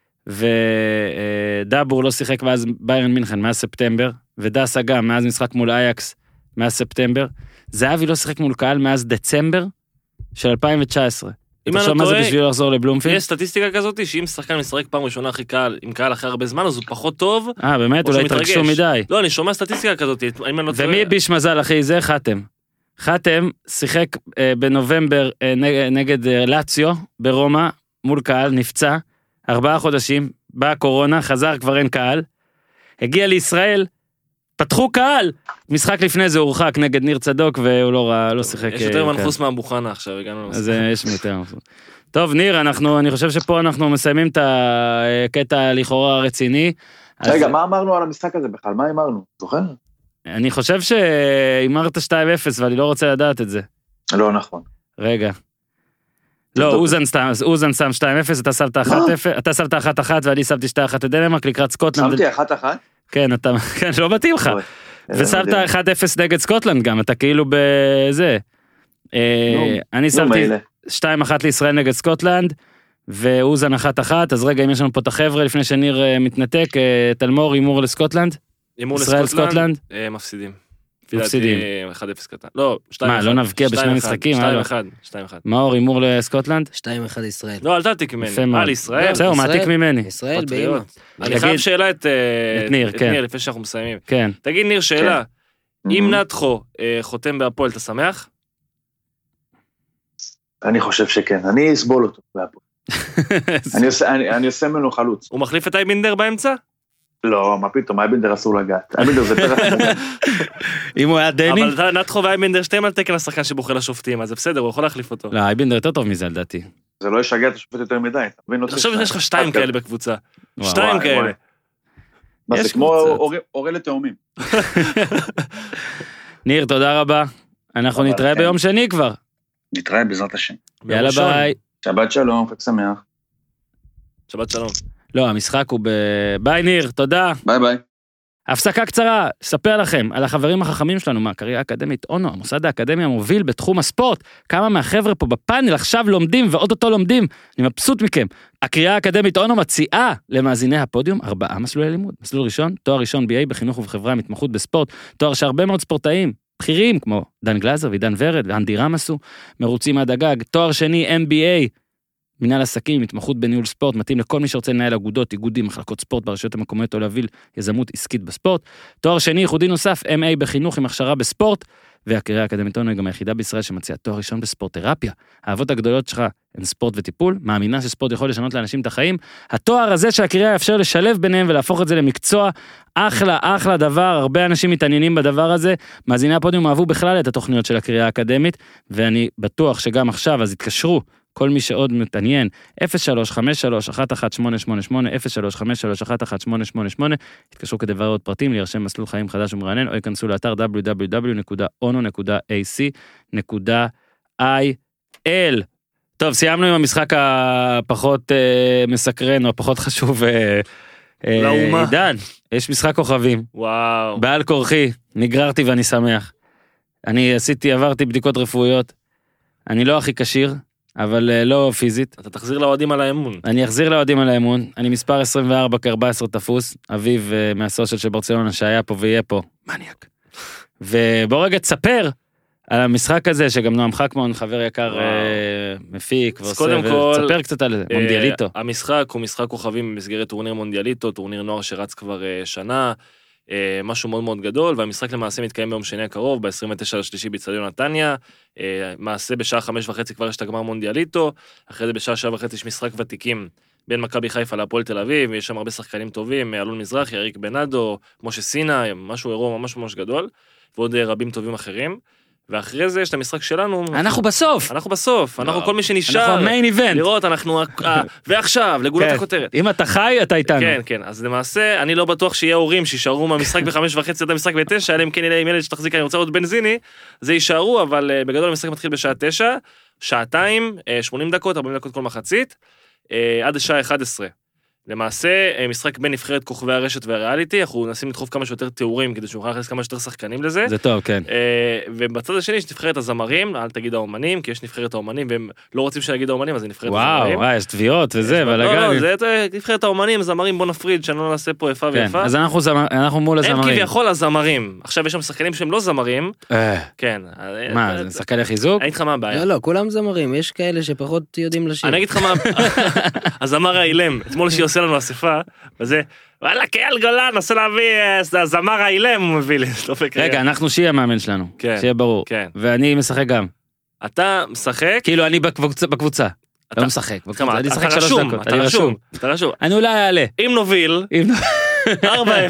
ודאבור לא שיחק מאז ביירן מינכן, מאז ספטמבר, ודסה גם, מאז משחק מול אייקס, מאז ספטמבר, זהבי לא שיחק מול קהל מאז דצמבר של 2019. אתה חושב מה זה בשביל לחזור לבלומפילד? יש סטטיסטיקה כזאת, שאם שחקן משחק פעם ראשונה עם קהל אחרי הרבה זמן, אז הוא פחות טוב. באמת? אולי התרגשו מדי. לא, אני שומע סטטיסטיקה כזאת. ומי ביש מזל, אחי? זה חתם. חתם שיחק בנובמבר נגד לאציו, ברומא, מול קהל, נפצע. 4 חודשים, באה קורונה, חזר, כבר אין קהל, הגיע לישראל, פתחו קהל, משחק לפני זה הורחק נגד ניר צדוק, והוא לא שיחק. יש יותר מנחוס מהבוחנה עכשיו, הגענו למשחק. אז יש יותר מנחוס. טוב, ניר, אני חושב שפה אנחנו מסיימים את הקטע לכאורה הרציני. רגע, מה אמרנו על המשחק הזה בכלל? מה אמרנו? זוכר? אני חושב שאמרת 2-0, ואני לא רוצה לדעת את זה. לא נכון. רגע. לא, אוזן שם 2-0, אתה שמת 1-1 ואני שמתי 2-1 לדנמרק לקראת סקוטלנד. שמתי 1-1? כן, אתה, כן, לא מתאים לך. ושמת 1-0 נגד סקוטלנד גם, אתה כאילו בזה. 2-1 לישראל נגד סקוטלנד, ואוזן 1-1, אז רגע, אם יש לנו פה את החבר'ה, לפני שניר מתנתק, תלמור, הימור לסקוטלנד? ישראל סקוטלנד? מפסידים. מפסידים. 1-0 קטן. לא, 2-1. מה, לא נבקיע בשני משחקים? 2-1. מאור, הימור לסקוטלנד? 2-1 ישראל. לא, אל תעתיק ממני. על ישראל. זהו, מעתיק ממני. ישראל באמא. אני חייב שאלה את ניר, כן. ניר, לפני שאנחנו מסיימים. כן. תגיד, ניר, שאלה. אם נתחו חותם בהפועל, אתה שמח? אני חושב שכן, אני אסבול אותו בהפועל. אני עושה ממנו חלוץ. הוא מחליף את אייבינדר באמצע? לא, מה פתאום, אייבינדר אסור לגעת. אייבינדר זה פרח. אם הוא היה דני? אבל נתחו ואייבינדר שתיים על תקן השחקן שבוחר לשופטים, אז זה בסדר, הוא יכול להחליף אותו. לא, אייבינדר יותר טוב מזה, לדעתי. זה לא ישגע את השופט יותר מדי. עכשיו יש לך 2 כאלה בקבוצה. 2 כאלה. מה זה כמו הורה לתאומים. ניר, תודה רבה. אנחנו נתראה ביום שני כבר. נתראה בעזרת השם. יאללה ביי. שבת שלום, חג שמח. שבת שלום. לא, המשחק הוא ביי ניר, תודה. ביי ביי. הפסקה קצרה, ספר לכם על החברים החכמים שלנו מהקריירה האקדמית אונו, המוסד האקדמי המוביל בתחום הספורט. כמה מהחבר'ה פה בפאנל עכשיו לומדים ועוד אותו לומדים, אני מבסוט מכם. הקריירה האקדמית אונו מציעה למאזיני הפודיום 4 מסלולי לימוד. מסלול ראשון, תואר ראשון BA בחינוך ובחברה מתמחות בספורט, תואר שהרבה מאוד ספורטאים בכירים כמו דן גלזר ועידן ורד ואנדי רם עשו, מרוצים עד הגג. תואר שני MBA מנהל עסקים, התמחות בניהול ספורט, מתאים לכל מי שרוצה לנהל אגודות, איגודים, מחלקות ספורט ברשויות המקומיות או להוביל יזמות עסקית בספורט. תואר שני, ייחודי נוסף, MA בחינוך עם הכשרה בספורט, והקריירה האקדמית אונו היא גם היחידה בישראל שמציעה תואר ראשון בספורט תרפיה. האהבות הגדולות שלך הן ספורט וטיפול, מאמינה שספורט יכול לשנות לאנשים את החיים. התואר הזה של הקריירה יאפשר לשלב ביניהם ולהפוך את זה למקצוע. אחלה דבר, הרבה אנשים מתעניינים בדבר הזה. מאזיני הפודיום אהבו בכלל את התוכניות של הקריירה האקדמית, ואני בטוח שגם עכשיו, אז התקשרו כל מי שעוד מתעניין, 0353-1188, 0353-1188, התקשרו כדי לברר עוד פרטים, להירשם מסלול חיים חדש ומרענן, או יכנסו לאתר www.ono.ac.il. טוב, סיימנו עם המשחק הפחות מסקרן, או הפחות חשוב. לאומה. עידן, יש משחק כוכבים. וואו. בעל כורחי, נגררתי ואני שמח. אני עברתי בדיקות רפואיות, אני לא הכי קשיר, אבל לא פיזית. אתה תחזיר לאוהדים על האמון. אני אחזיר לאוהדים על האמון. אני מספר 24 כ-14 תפוס, אביב מהסושיאל של ברצלונה שהיה פה ויהיה פה, מניאק. ובוא רגע תספר על המשחק הזה, שגם נועם חכמון, חבר יקר מפיק ועושה, ותספר קצת על זה, מונדיאליטו. המשחק הוא משחק כוכבים במסגרת טורניר מונדיאליטו, טורניר נוער שרץ כבר שנה, משהו מאוד מאוד גדול, והמשחק למעשה מתקיים ביום שני הקרוב, ב-29 באצטדיון נתניה, מעשה בשעה 5:30 כבר יש את הגמר מונדיאליטו, אחרי זה בשעה 7:30 יש משחק ותיקים, בין מכבי חיפה להפועל תל אביב, יש שם הרבה שחקנים טובים, אלון מזרחי, אריק בנאדו, משה סינה, משהו אירוע ממש ממש גדול, ועוד רבים טובים אחרים. ואחרי זה יש את המשחק שלנו. אנחנו בסוף. אנחנו כל מי שנשאר. אנחנו המיין איבנט. לראות, ועכשיו, לגולת הכותרת. אם אתה חי, אתה איתנו. כן. אז למעשה, אני לא בטוח שיהיה הורים שישארו מהמשחק ב5:30 עד המשחק ב9, אלא אם כן יהיה עם ילד שתחזיק, אני רוצה עוד בנזיני, זה יישארו, אבל בגדול המשחק מתחיל בשעה 9, שעתיים, 80 דקות, 40 דקות כל מחצית, עד השעה 11. למעשה, משחק בין נבחרת כוכבי הרשת והריאליטי, אנחנו נסים לדחוף כמה שיותר תיאורים, כדי שנוכל להכניס כמה שיותר שחקנים לזה. זה טוב, כן. ובצד השני יש נבחרת הזמרים, אל תגיד האומנים, כי יש נבחרת האומנים, והם לא רוצים שנגיד האומנים, אז זה נבחרת הזמרים. וואו, יש תביעות וזה, אבל לא, זה נבחרת האומנים, זמרים, בוא נפריד, שאני לא נעשה פה איפה ואיפה. אז אנחנו מול הזמרים. הם כביכול הזמרים. עכשיו יש שם שחקנים שהם לא זמרים. כן. מה, זה שחקני חיזוק? אני אגיד לך מה הבעיה. לא, כולם זמרים, יש כאלה שפחות יודעים לשיר. אני אגיד לך מה, הזמר האילם, אתמול שהיא עושה לנו אספה, וזה, וואלה, קייל גולן, עושה להביא, הזמר האילם הוא מביא לי. רגע, אנחנו שיהיה המאמן שלנו, שיהיה ברור. ואני משחק גם. אתה משחק? כאילו, אני בקבוצה. לא משחק. אני משחק 3 דקות. אתה רשום. אני אולי אעלה. אם נוביל, 4-0,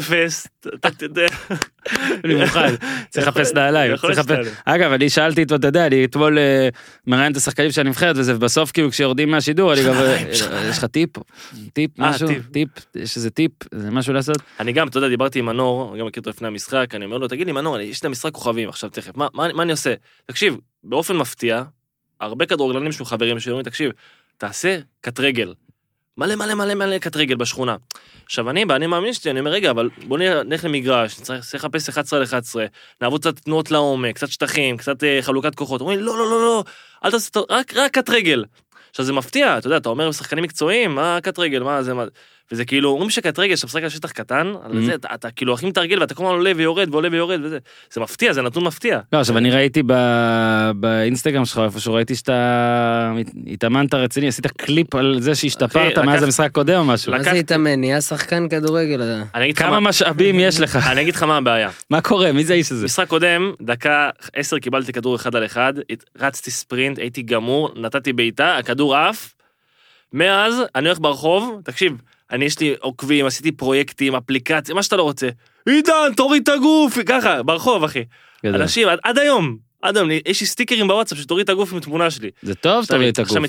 אני מוכן, צריך לחפש נעליים. אגב, אני שאלתי, אתה יודע, אני אתמול מראיין את השחקנים שאני נבחרת וזה, ובסוף כאילו כשיורדים מהשידור, אני גם, יש לך טיפ, משהו, יש איזה טיפ, זה משהו לעשות? אני גם, אתה יודע, דיברתי עם מנור, אני גם מכיר אותו לפני המשחק, אני אומר לו, תגיד לי מנור, יש את המשחק כוכבים, עכשיו תכף, מה אני עושה? תקשיב, באופן מפתיע, הרבה כדורגלנים שהוא חברים שאומרים, תקשיב, תעשה קט רגל. מלא קטרגל בשכונה. עכשיו אני מאמין שלי, אני אומר, רגע, אבל בוא נלך למגרש, צריך לחפש 11 על 11, נעבוד קצת תנועות לעומק, קצת שטחים, קצת חלוקת כוחות. אומרים, לא, אל תעשה, רק קטרגל. עכשיו זה מפתיע, אתה יודע, אתה אומר בשחקנים מקצועיים, מה קטרגל, מה זה, וזה כאילו, אומרים שקטרגל, שאתה משחק על שטח קטן, על זה, אתה כאילו הכי מתרגל, ואתה כל הזמן עולה ויורד, וזה, זה מפתיע, זה נתון מפתיע. לא, עכשיו אני ראיתי באינסטגרם שלך, איפשהו ראיתי שאתה התאמנת רציני, עשית קליפ על זה שהשתפרת מאז המשחק הקודם או משהו. מה זה התאמן? נהיה שחקן כדורגל. כמה משאבים יש לך? אני אגיד לך מה הבעיה. מה קורה? מי זה האיש הזה? משחק קודם, דקה 10 קיבלתי כדור 1 על 1, רצתי ספרינט, הייתי גמור, נתתי בעיטה, הכדור עף. מאז אני הולך ברחוב, תקשיב, יש לי עוקבים, עשיתי פרויקטים, אפליקציה, מה שאתה לא רוצה. עידן, תוריד את הגוף, ככה, ברחוב, אחי. אנשים, עד היום, יש לי סטיקרים בוואטסאפ שתוריד את הגוף עם תמונה שלי. זה טוב, תוריד את הגוף. עכשיו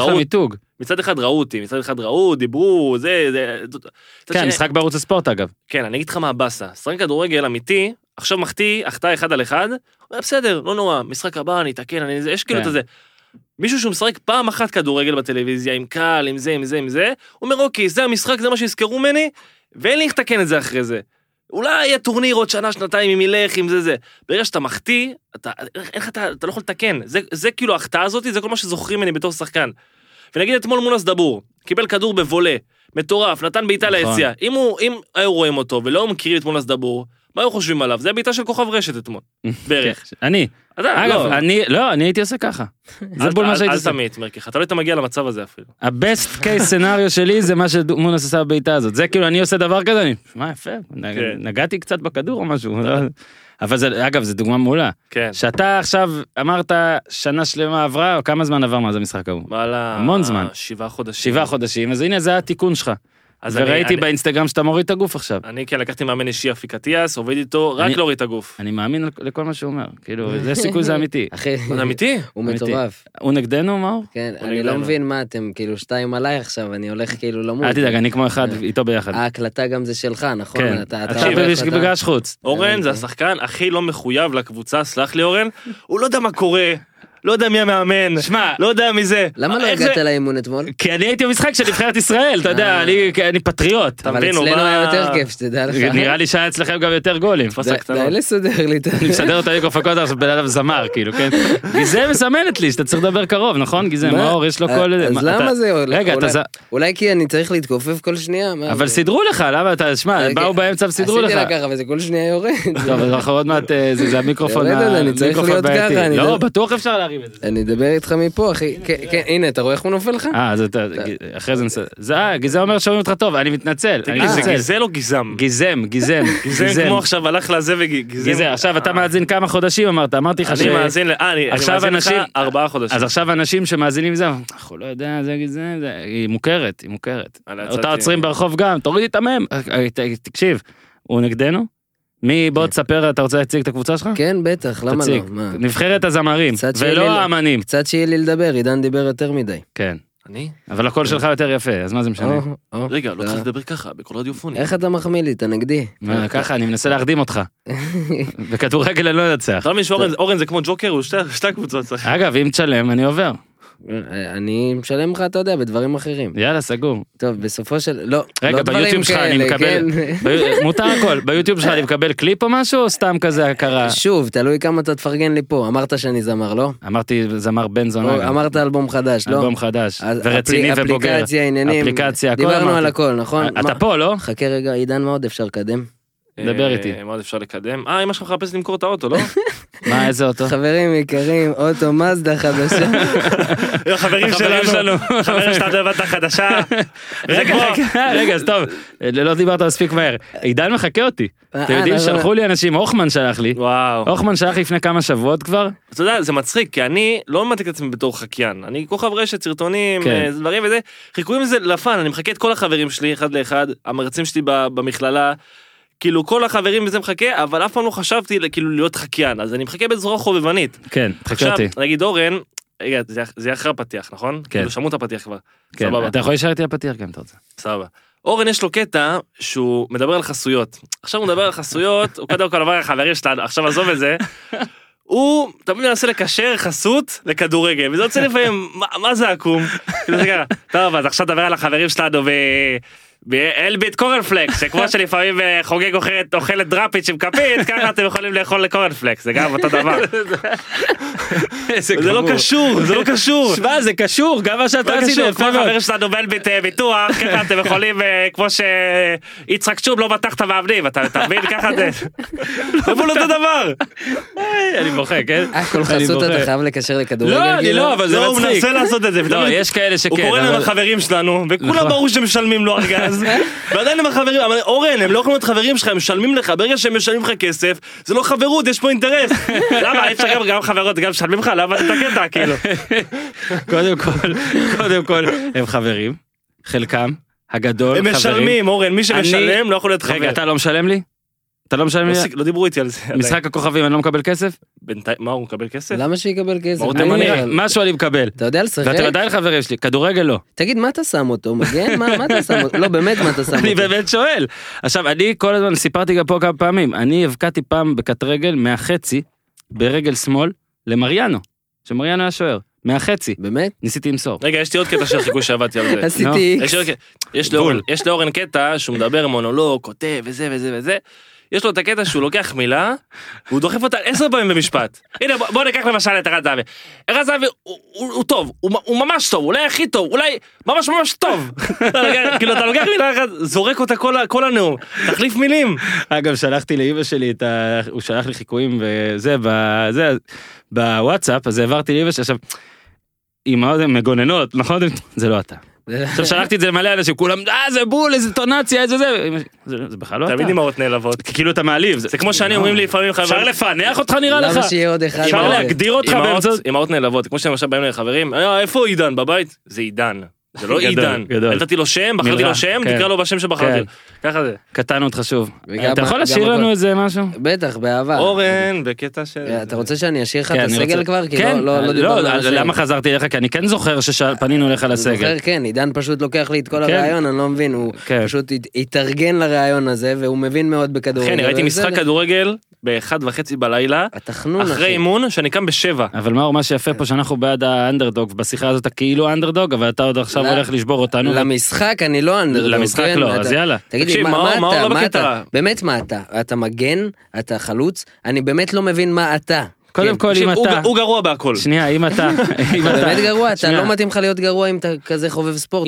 מצד אחד ראו, דיברו, כן, משחק בערוץ הספורט אגב. כן, אני אגיד לך מה הבאסה. שחקן כדורגל אמיתי, עכשיו מחטיא, החטא 1 על 1, בסדר, לא נורא, משחק הבא, אני אתקן, יש כאילו את זה. מישהו שהוא משחק פעם אחת כדורגל בטלוויזיה, עם קהל, עם זה, הוא אומר, אוקיי, זה המשחק, זה מה שיזכרו ממני, ואין לי איך לתקן את זה אחרי זה. אולי יהיה טורניר עוד שנה, שנתיים, אם ילך, עם זה. ברגע שאתה מחטיא, אתה לא יכול לתקן. זה כאילו ההחטאה הזאת, זה כל מה שזוכרים ממני בתור שחקן. ונגיד אתמול מונס דבור, קיבל כדור בבולה, מטורף, נתן בעיטה ליציאה. אם היו רואים אותו ולא מכירים את מונס דבור, מה היו חושבים עליו? זה בעיטה של כוכב רשת אתמול, בערך. אגב, אני הייתי עושה ככה. זה בול מה שהייתי עושה. אל תמיד, מרקיך, אתה לא היית מגיע למצב הזה אפילו. ה-best case scenario שלי זה מה שמונס עשה בבעיטה הזאת. זה כאילו, אני עושה דבר כזה, מה יפה, נגעתי קצת בכדור או משהו. אבל אגב, זו דוגמה מעולה. שאתה עכשיו אמרת שנה שלמה עברה, או כמה זמן עבר מה זה המשחק ההוא? המון זמן. 7 חודשים. 7 חודשים, אז הנה זה התיקון שלך. וראיתי באינסטגרם שאתה מוריד את הגוף עכשיו. אני כן לקחתי מאמן אישי אפיקתיאס, עובד איתו, רק להוריד את הגוף. אני מאמין לכל מה שהוא אומר, כאילו, זה סיכוי, זה אמיתי. זה אמיתי? הוא מטורף. הוא נגדנו, מאור? כן, אני לא מבין מה אתם, כאילו 2 עליי עכשיו, אני הולך כאילו למות. אל תדאג, אני כמו אחד איתו ביחד. ההקלטה גם זה שלך, נכון? כן, אתה בגש חוץ. אורן זה השחקן הכי לא מחויב לקבוצה, סלח לי אורן, הוא לא יודע מה קורה. לא יודע מי המאמן, שמע, לא יודע מי זה. למה לא הגעת לאימון אתמול? כי אני הייתי במשחק של נבחרת ישראל, אתה יודע, אני פטריוט. אבל אצלנו היה יותר כיף, שתדע לך. נראה לי שהיה אצלכם גם יותר גולים. די לסדר לי. אני מסדר אותה מיקרופון עכשיו בן אדם זמר, כאילו, כן? גיזם מסמנת לי שאתה צריך לדבר קרוב, נכון? גיזם, מאור, יש לו כל... אז למה זה? רגע, אולי כי אני צריך להתכופף כל שנייה. אבל סידרו לך, למה אתה, שמע, באו באמצע וסידרו לך. עשיתי לה ככה, וזה כל שנייה יורד. טוב, אנחנו עוד מעט, זה המיקרופון בעייתי. לא, בטוח אפשר להרים את זה. אני אדבר איתך מפה, אחי. כן, הנה, אתה רואה איך הוא נופל לך? אז אתה, אחרי זה נסה. גיזם אומר שאומרים אותך טוב, אני מתנצל. זה גיזל או גיזם? גיזם. גיזם כמו עכשיו הלך לזה וגיזם. עכשיו אתה מאזין כמה חודשים, אמרתי לך אני מאזין לך 4 חודשים. אז עכשיו אנשים שמאזינים זה, אנחנו לא יודע, זה גיזם, היא מוכרת. אותה עוצרים ברחוב גם, תורידי את המם. תקשיב, הוא נגדנו? מי, בוא תספר, אתה רוצה להציג את הקבוצה שלך? כן, בטח, למה לא? נבחרת הזמרים, ולא האמנים. קצת שיהיה לי לדבר, עידן דיבר יותר מדי. כן. אני? אבל הקול שלך יותר יפה, אז מה זה משנה? רגע, לא צריך לדבר ככה, בקול רדיופוני. איך אתה מחמיא לי, אתה נגדי? ככה, אני מנסה להרדים אותך. בכדורגל אני לא אנצח. אתה מבין שאורן זה כמו ג'וקר, הוא שתי קבוצות. אגב, אם תשלם, אני עובר. אני משלם לך, אתה יודע, בדברים אחרים. יאללה, סגור. טוב, בסופו של... לא, רגע, ביוטיוב שלך אני מקבל... מותר הכל. ביוטיוב שלך אני מקבל קליפ או משהו, או סתם כזה הכרה? שוב, תלוי כמה אתה תפרגן לי פה. אמרת שאני זמר, לא? אמרתי זמר בן זונה. אמרת אלבום חדש, לא? אלבום חדש. ורציני ובוגר. אפליקציה, עניינים. אפליקציה, הכל דיברנו על הכל, נכון? אתה פה, לא? חכה רגע, עידן, מה עוד אפשר לקדם? דבר איתי. מה עוד אפשר לקדם? אמא שלך מחפש למכור את האוטו, לא? מה, איזה אוטו? חברים יקרים, אוטו מזדה חדשה. חברים שלנו. חברים שאתה לבד את החדשה. רגע, אז טוב, לא דיברת מספיק מהר. עידן מחכה אותי. אתם יודעים, שלחו לי אנשים, אוחמן שלח לי. וואו. אוחמן שלח לי לפני כמה שבועות כבר. אתה יודע, זה מצחיק, כי אני לא ממתק את עצמי בתור חקיין. אני כוכב רשת, סרטונים, דברים וזה. חיכויים לזה לפן, אני מחכה את כל החברים שלי, אחד לאחד, המרצים שלי במכללה. כאילו כל החברים בזה מחכה, אבל אף פעם לא חשבתי כאילו להיות חקיין, אז אני מחכה בצורה חובבנית. כן, חכה אותי. עכשיו, נגיד אורן, רגע, זה יהיה אחרי הפתיח, נכון? כן. כאילו שמעו את הפתיח כבר. כן, סבבה. אתה יכול להישאר איתי הפתיח גם, אתה רוצה. סבבה. אורן יש לו קטע שהוא מדבר על חסויות. עכשיו הוא מדבר על חסויות, הוא קודם כל עבר על חברים שלנו, עכשיו עזוב את זה. הוא תמיד מנסה לקשר חסות לכדורגל, וזה יוצא לפעמים, מה זה עקום? טוב, אז עכשיו דבר על החברים שלנו באלביט קורנפלקס, שכמו שלפעמים חוגג אוכלת דראפיץ' עם כפית, ככה אתם יכולים לאכול לקורנפלקס, זה גם אותו דבר. זה לא קשור, זה לא קשור. שמה, זה קשור, גם מה שאתה עשית. כמו החברים שלנו באלביט ביטוח, ככה אתם יכולים, כמו שיצחק שוב לא מתח את המאמנים, אתה מבין? ככה זה. זה מול אותו דבר. אני בוכה, כן? כל חסות אתה חייב לקשר לכדורגל. לא, אני לא, אבל זה מצחיק. הוא מנסה לעשות את זה. לא, יש כאלה שכן. הוא קורא להם החברים שלנו, וכולם ברור שמשלמים לו ארגז, ועדיין הם החברים, אבל אורן, הם לא יכולים להיות חברים שלך, הם משלמים לך, ברגע שהם משלמים לך כסף, זה לא חברות, יש פה אינטרס. למה? אפשר גם חברות, גם משלמים לך, למה אתה קטע, כאילו? קודם כל, הם חברים, חלקם, הגדול, הם משלמים, אורן, מי שמשלם לא יכול להיות חבר. רגע, אתה לא משלם לי? אתה לא משלם לי? לא דיברו איתי על זה. משחק הכוכבים, אני לא מקבל כסף? בינתיים, מה, הוא מקבל כסף? למה שיקבל כסף? משהו אני מקבל. אתה יודע לשחק? ואתם עדיין חברים שלי, כדורגל לא. תגיד, מה אתה שם אותו? מגן? מה אתה שם אותו? לא, באמת, מה אתה שם אותו? אני באמת שואל. עכשיו, אני כל הזמן סיפרתי גם פה כמה פעמים, אני הבקעתי פעם בקט רגל מהחצי, ברגל שמאל, למריאנו, שמריאנו היה שוער. מהחצי. באמת? ניסיתי למסור. רגע, יש לי עוד קטע של חיקוי שעבדתי על זה. עשיתי יש לאורן קטע שהוא מדבר מונולוג, כותב וזה וזה וזה. יש לו את הקטע שהוא לוקח מילה, והוא דוחף אותה 10 פעמים במשפט. הנה, בוא ניקח למשל את ערן זהבי. ערן זהבי הוא טוב, הוא ממש טוב, אולי הכי טוב, אולי ממש ממש טוב. כאילו, אתה לוקח מילה אחת, זורק אותה כל הנאום. תחליף מילים. אגב, שלחתי לאמא שלי הוא שלח לי חיקויים וזה, בוואטסאפ, אז העברתי לאמא שלי, עכשיו, אמא מגוננות, נכון? זה לא אתה. עכשיו שלחתי את זה למלא אנשים, כולם, זה בול, איזה טונציה, איזה זה בכלל לא אתה. תמיד אמהות נעלבות. כאילו אתה מעליב. זה כמו שאני אומרים לי לפעמים חברים. אפשר לפענח אותך נראה לך? למה שיהיה עוד אחד? אפשר להגדיר אותך באמצעות? אמהות נעלבות, כמו שאני עכשיו באים לחברים, איפה עידן בבית? זה עידן. זה לא עידן. נתתי לו שם, בחרתי לו שם, תקרא לו בשם שבחרתי. ככה זה. קטן עוד חשוב. אתה יכול לשיר לנו איזה משהו? בטח, באהבה. אורן, בקטע של... אתה רוצה שאני אשאיר לך את הסגל כבר? כן, לא, למה חזרתי אליך? כי אני כן זוכר שפנינו לך לסגל. זוכר, כן, עידן פשוט לוקח לי את כל הרעיון, אני לא מבין, הוא פשוט התארגן לרעיון הזה, והוא מבין מאוד בכדורגל. כן, ראיתי משחק כדורגל ב-1:30 בלילה, אחרי אימון, שאני קם ב-7. אבל מאור, מה שיפה פה שאנחנו בעד האנדרדוג, בשיחה הזאת כאילו אנדרדוג, אבל אתה עוד עכשיו הולך לשבור אותנו. למשחק אני לא אנדרדוג. למשחק לא, אז יאללה. תגיד, מה אתה? באמת מה אתה? אתה מגן? אתה חלוץ? אני באמת לא מבין מה אתה. קודם כל, אם אתה... הוא גרוע בהכל. שנייה, אם אתה... באמת גרוע, אתה לא מתאים לך להיות גרוע אם אתה כזה חובב ספורט.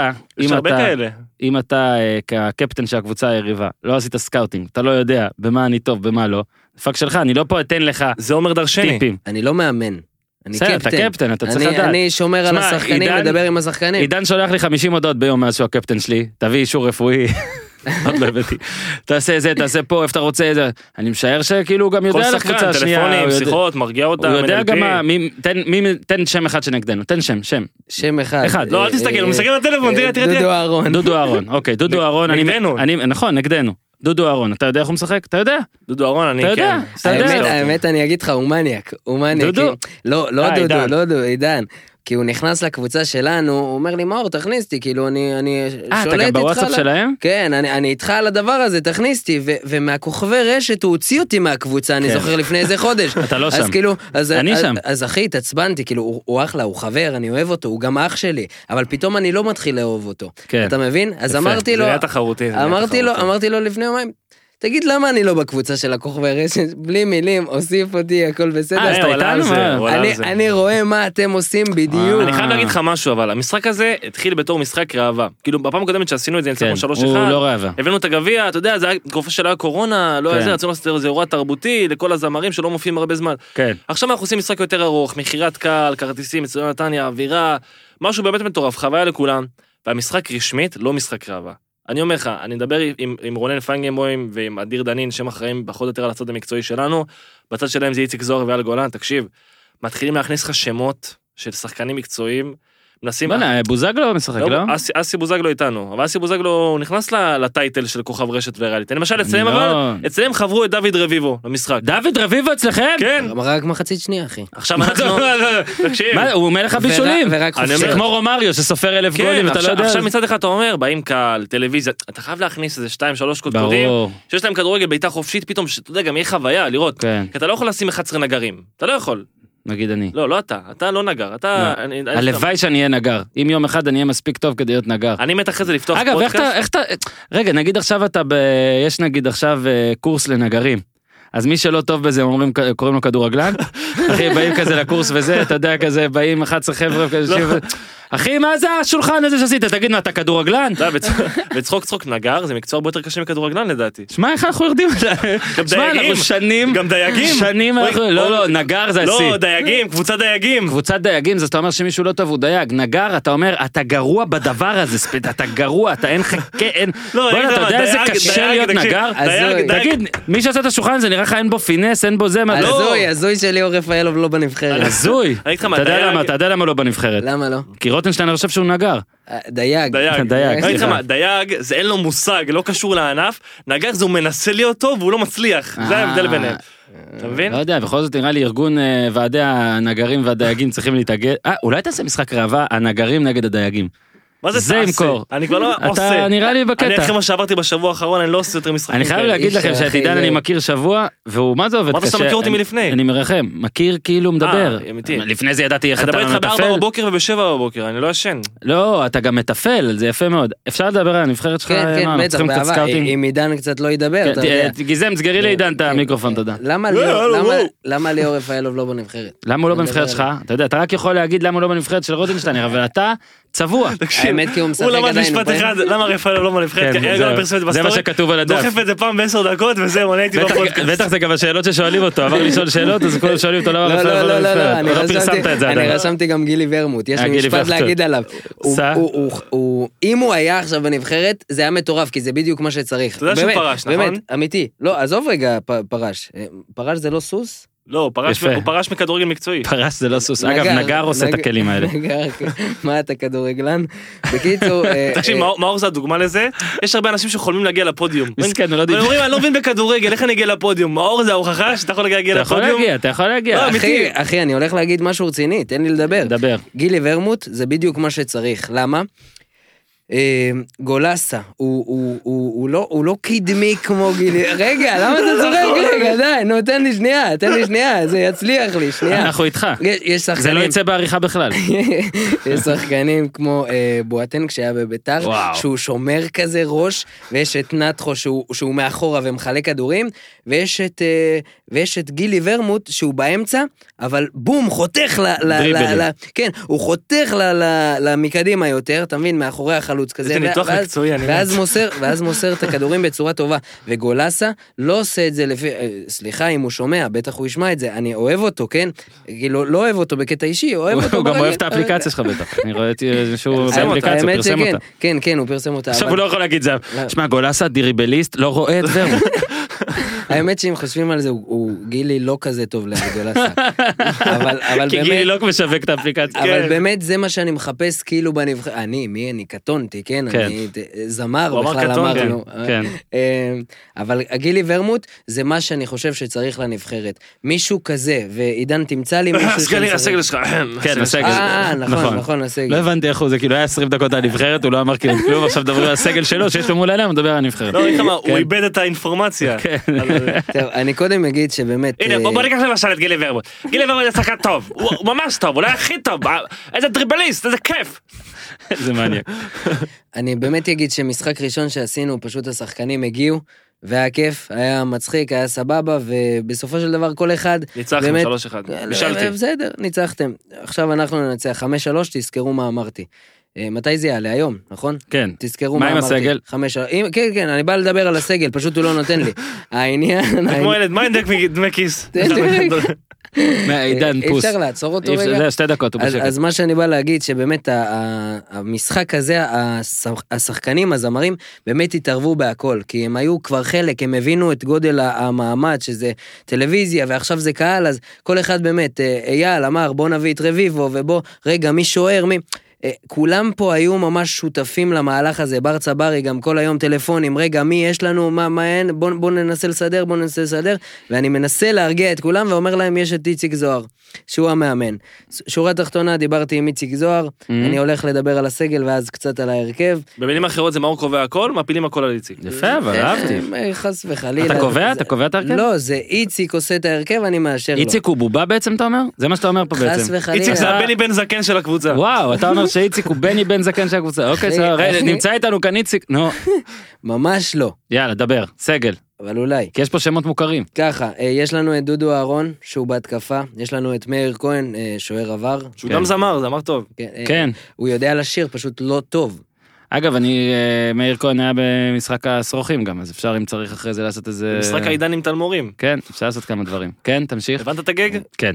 אם אתה כקפטן של הקבוצה היריבה, לא עשית סקאוטינג, אתה לא יודע במה אני טוב, במה לא, פאק שלך, אני לא פה אתן לך זה אומר דרשני. טיפים. אני לא מאמן. אתה קפטן, אתה צריך לדעת. אני שומר על השחקנים, מדבר עם השחקנים. עידן שולח לי 50 הודעות ביום מאז שהוא הקפטן שלי, תביא אישור רפואי. עוד לא הבאתי. תעשה זה, תעשה פה, איפה אתה רוצה זה. אני משער שכאילו הוא גם יודע על הקבוצה השנייה. טלפונים, שיחות, מרגיע אותה. הוא יודע גם מה, תן שם אחד שנגדנו, תן שם. שם אחד. לא, אל תסתכל, הוא מסתכל בטלפון, תראה. דודו אהרון. דודו אהרון, אוקיי, דודו אהרון. נגדנו. נכון, נגדנו. דודו אהרון, אתה יודע איך הוא משחק? אתה יודע? דודו אהרון, אני כן. האמת, אני אגיד לך, הוא מניאק. דודו? לא דודו, עידן. כי הוא נכנס לקבוצה שלנו, הוא אומר לי, מאור, תכניס אותי, כאילו, אני שולט איתך. אתה גם בוואטסאפ שלהם? כן, אני איתך על הדבר הזה, תכניס אותי, ומהכוכבי רשת הוא הוציא אותי מהקבוצה, אני זוכר לפני איזה חודש. אתה לא שם. אני שם. אז אחי, התעצבנתי, כאילו, הוא אחלה, הוא חבר, אני אוהב אותו, הוא גם אח שלי, אבל פתאום אני לא מתחיל לאהוב אותו. אתה מבין? אז אמרתי לו, אמרתי לו לפני יומיים, תגיד למה אני לא בקבוצה של הכוכבי רשת, בלי מילים, אוסיף אותי, הכל בסדר. אני רואה מה אתם עושים בדיוק. אני חייב להגיד לך משהו, אבל המשחק הזה התחיל בתור משחק ראווה. כאילו בפעם הקודמת שעשינו את זה, ניצחנו 3-1, הבאנו את הגביע, אתה יודע, זה היה תקופה של הקורונה, לא היה זה, רצינו לעשות איזה אירוע תרבותי לכל הזמרים שלא מופיעים הרבה זמן. עכשיו אנחנו עושים משחק יותר ארוך, מכירת קהל, כרטיסים, אצטדיון נתניה, אווירה, משהו באמת מטורף, חוויה לכולם. והמשחק רשמית, לא משחק ראווה. אני אומר לך, אני מדבר עם רונן פיינגנבוים ועם אדיר דנין, שהם אחראים פחות או יותר על הצד המקצועי שלנו, בצד שלהם זה איציק זוהר ואל גולן, תקשיב, מתחילים להכניס לך שמות של שחקנים מקצועיים, מנסים... בוזגלו משחק, לא? אסי בוזגלו איתנו, אבל אסי בוזגלו נכנס לטייטל של כוכב רשת וריאליטי. למשל, אצלם אבל, אצלם חברו את דוד רביבו למשחק. דוד רביבו אצלכם? כן. רק מחצית שנייה, אחי. עכשיו אנחנו... תקשיב. הוא מלך הבישולים. זה כמו רומריו שסופר 1,000 גולים, אתה לא יודע. עכשיו מצד אחד אתה אומר, באים קהל, טלוויזיה, אתה חייב להכניס איזה 2-3 קודקודים, שיש להם כדורגל בעיטה חופשית, פתאום, אתה יודע, גם יהיה חוויה לראות. כי אתה לא יכול לשים 11 נגרים. אתה לא יכול. נגיד אני. לא אתה לא נגר, אתה... הלוואי שאני אהיה נגר. אם יום אחד אני אהיה מספיק טוב כדי להיות נגר. אני מת אחרי זה לפתוח פודקאסט. אגב, איך אתה... רגע, נגיד עכשיו יש נגיד עכשיו קורס לנגרים. אז מי שלא טוב בזה, קוראים לו כדורגלן. אחי, באים כזה לקורס וזה, אתה יודע, כזה, באים 11 חבר'ה, אחי, מה זה השולחן הזה שעשית? תגיד, מה, אתה כדורגלן? וצחוק נגר, זה מקצוע הרבה יותר קשה מכדורגלן לדעתי. שמע, איך אנחנו יורדים? שמע, אנחנו שנים... גם דייגים. שנים אנחנו... לא, נגר זה השיא. לא, דייגים, קבוצת דייגים. קבוצת דייגים, זה אתה אומר שמישהו לא טוב, הוא דייג. נגר, אתה אומר, אתה גרוע בדבר הזה, אתה גרוע, אתה אין חכה, אין... בוא, אתה יודע איזה קשה להיות נגר? תגיד, מי שעשה את השולחן הזה, נראה לך אין בו פינס, אין בו זה, מה... הזוי שלי אור רפאלוב לא בנבחרת. הזוי. אתה יודע למה לא בנבחרת? למה לא? כי רוטנשטיין אני חושב שהוא נגר. דייג. דייג, זה אין לו מושג, לא קשור לענף, נגר זה הוא מנסה להיות טוב והוא לא מצליח, זה ההבדל ביניהם. אתה מבין? לא יודע, בכל זאת נראה לי ארגון ועדי הנגרים והדייגים צריכים להתאגד. אולי תעשה משחק ראווה, הנגרים נגד הדייגים. מה זה תעשה? אני כבר לא עושה. אתה נראה לי בקטע. אני אחרי מה שעברתי בשבוע האחרון, אני לא עושה יותר משחקים. אני חייב להגיד לכם שאת עידן אני מכיר שבוע, והוא מה זה עובד קשה. מה אתה מכיר אותי מלפני? אני מרחם, מכיר כאילו מדבר. לפני זה ידעתי איך אתה מדבר איתך ב4 בבוקר וב7 בבוקר, אני לא ישן. לא, אתה גם מטפל, זה יפה מאוד. אפשר לדבר על הנבחרת שלך? כן, בטח, באהבה, אם עידן קצת לא ידבר, אתה יודע. גיזם, סגרי לעידן את המיקרופון, תודה. למה ליאור רפאלוב לא בנבחרת? למה הוא לא בנבחרת שלך? אתה יודע, אתה רק יכול להגיד למה הוא לא בנבחרת של רוטנשטיין, אבל אתה צבוע. האמת כי הוא משחק עדיין. משפט אחד, למה רפאלוב לא בנבחרת? זה מה שכתוב על הדף. דוחף את זה פעם ב10 דקות וזהו, אני הייתי בפודקאסט. בטח זה גם השאלות ששואלים אותו, עבר לשאול שאלות, אז כולם שואלים אותו למה רפאלוב לא בנבחרת. אני רשמתי גם גילי ורמוט, יש לי משפט להגיד עליו. אם הוא היה עכשיו בנבחרת, זה היה מטורף, כי זה בדיוק מה שצריך. אתה יודע שהוא פרש, נכון? באמת, אמיתי. לא, עזוב רגע פרש. פרש זה לא סוס? לא, הוא פרש מכדורגל מקצועי. פרש זה לא סוס. אגב, נגר עושה את הכלים האלה. מה אתה כדורגלן? בקיצור... תקשיב, מאור זה הדוגמה לזה? יש הרבה אנשים שחולמים להגיע לפודיום. מסכן, הוא לא דיבר. אומרים, אני לא מבין בכדורגל, איך אני אגיע לפודיום? מאור זה ההוכחה שאתה יכול להגיע לפודיום? אתה יכול להגיע. אחי, אני הולך להגיד משהו רציני, תן לי לדבר. דבר. גילי ורמוט זה בדיוק מה שצריך. למה? גולסה, הוא לא קדמי כמו גילי, רגע, למה אתה צוחק? רגע, די, נו, תן לי שנייה, זה יצליח לי, שנייה. אנחנו איתך, זה לא יצא בעריכה בכלל. יש שחקנים כמו בואטן כשהיה בביתר, שהוא שומר כזה ראש, ויש את נתחו שהוא מאחורה ומחלק כדורים, ויש את גילי ורמוט שהוא באמצע, אבל בום, חותך כן, הוא חותך למקדימה יותר, אתה מבין, מאחורי החלוץ כזה, ואז מוסר את הכדורים בצורה טובה, וגולסה לא עושה את זה לפי, סליחה אם הוא שומע, בטח הוא ישמע את זה, אני אוהב אותו, כן? לא אוהב אותו בקטע אישי, אוהב אותו הוא גם אוהב את האפליקציה שלך בטח, אני רואה שהוא באפליקציה, פרסם אותה. כן, הוא פרסם אותה. עכשיו הוא לא יכול להגיד זה, שמע, גולסה דיריבליסט, לא רואה את ורמוט. האמת שאם חושבים על זה, גילי לא כזה טוב לגולסה. כי גילי לא משווק את האפליקציה. אבל באמת זה מה שאני מחפש כאילו בנבחרת. אני קטונתי, כן? אני זמר בכלל אמרנו. אבל גילי ורמוט זה מה שאני חושב שצריך לנבחרת. מישהו כזה, ועידן תמצא לי מישהו... הסגל שלך. כן, הסגל. נכון, הסגל. לא הבנתי איך הוא, זה כאילו היה 20 דקות על נבחרת, הוא לא אמר כלום, עכשיו מדבר על הסגל שלו, שיש לו מול עליהם, הוא מדבר על נבחרת. לא, הוא איבד את האינפורמציה. טוב, אני קודם אגיד שבאמת... הנה, בוא ניקח למשל את גילי ורמוט. גילי ורמוט זה שחקן טוב, הוא ממש טוב, אולי הכי טוב, איזה דריבליסט, איזה כיף. זה מעניין. אני באמת אגיד שמשחק ראשון שעשינו, פשוט השחקנים הגיעו, והיה כיף, היה מצחיק, היה סבבה, ובסופו של דבר כל אחד... ניצחתם 3-1, בשלתי. בסדר, ניצחתם. עכשיו אנחנו ננצח 5-3, תזכרו מה אמרתי. מתי זה יעלה? היום, נכון? כן. תזכרו מה אמרתי. מה עם הסגל? כן, אני בא לדבר על הסגל, פשוט הוא לא נותן לי. העניין... כמו ילד, מה עם דמי כיס? מעידן פוס. אפשר לעצור אותו רגע? זה 2 דקות, הוא בשקט. אז מה שאני בא להגיד, שבאמת המשחק הזה, השחקנים, הזמרים, באמת התערבו בהכל, כי הם היו כבר חלק, הם הבינו את גודל המעמד, שזה טלוויזיה, ועכשיו זה קהל, אז כל אחד באמת, אייל אמר, בוא נביא את רביבו, ובוא, רגע, מי שוער, מי... כולם פה היו ממש שותפים למהלך הזה, בר צברי, גם כל היום טלפונים, רגע, מי יש לנו, מה אין, בוא ננסה לסדר, ואני מנסה להרגיע את כולם, ואומר להם, יש את איציק זוהר, שהוא המאמן. שורה תחתונה, דיברתי עם איציק זוהר, אני הולך לדבר על הסגל, ואז קצת על ההרכב. במילים אחרות זה מאור קובע הכל, מפילים הכל על איציק. יפה, אבל אהבתי. חס וחלילה. אתה קובע את ההרכב? לא, זה איציק עושה את ההרכב, אני מאשר לו. איציק הוא בובה בעצם, אתה אומר? זה מה שאתה אומר פה בעצם. חס וחלילה. איציק זה הבני בן זקן של הקבוצה. וואו, אתה אומר שאיציק הוא בני בן זקן של הקבוצה. אוקיי, נמצא איתנו כאן איציק. נו. ממש לא. יאללה, דבר. סגל. אבל אולי. כי יש פה שמות מוכרים. ככה, יש לנו את דודו אהרון, שהוא בהתקפה. יש לנו את מאיר כהן, שוער עבר. שהוא גם זמר טוב. כן. הוא יודע לשיר, פשוט לא טוב. אגב, מאיר כהן היה במשחק הסרוכים גם, אז אפשר אם צריך אחרי זה לעשות איזה... משחק העידן עם תלמורים. כן, אפשר לעשות כמה דברים. כן, תמשיך. הבנת את הגג? כן.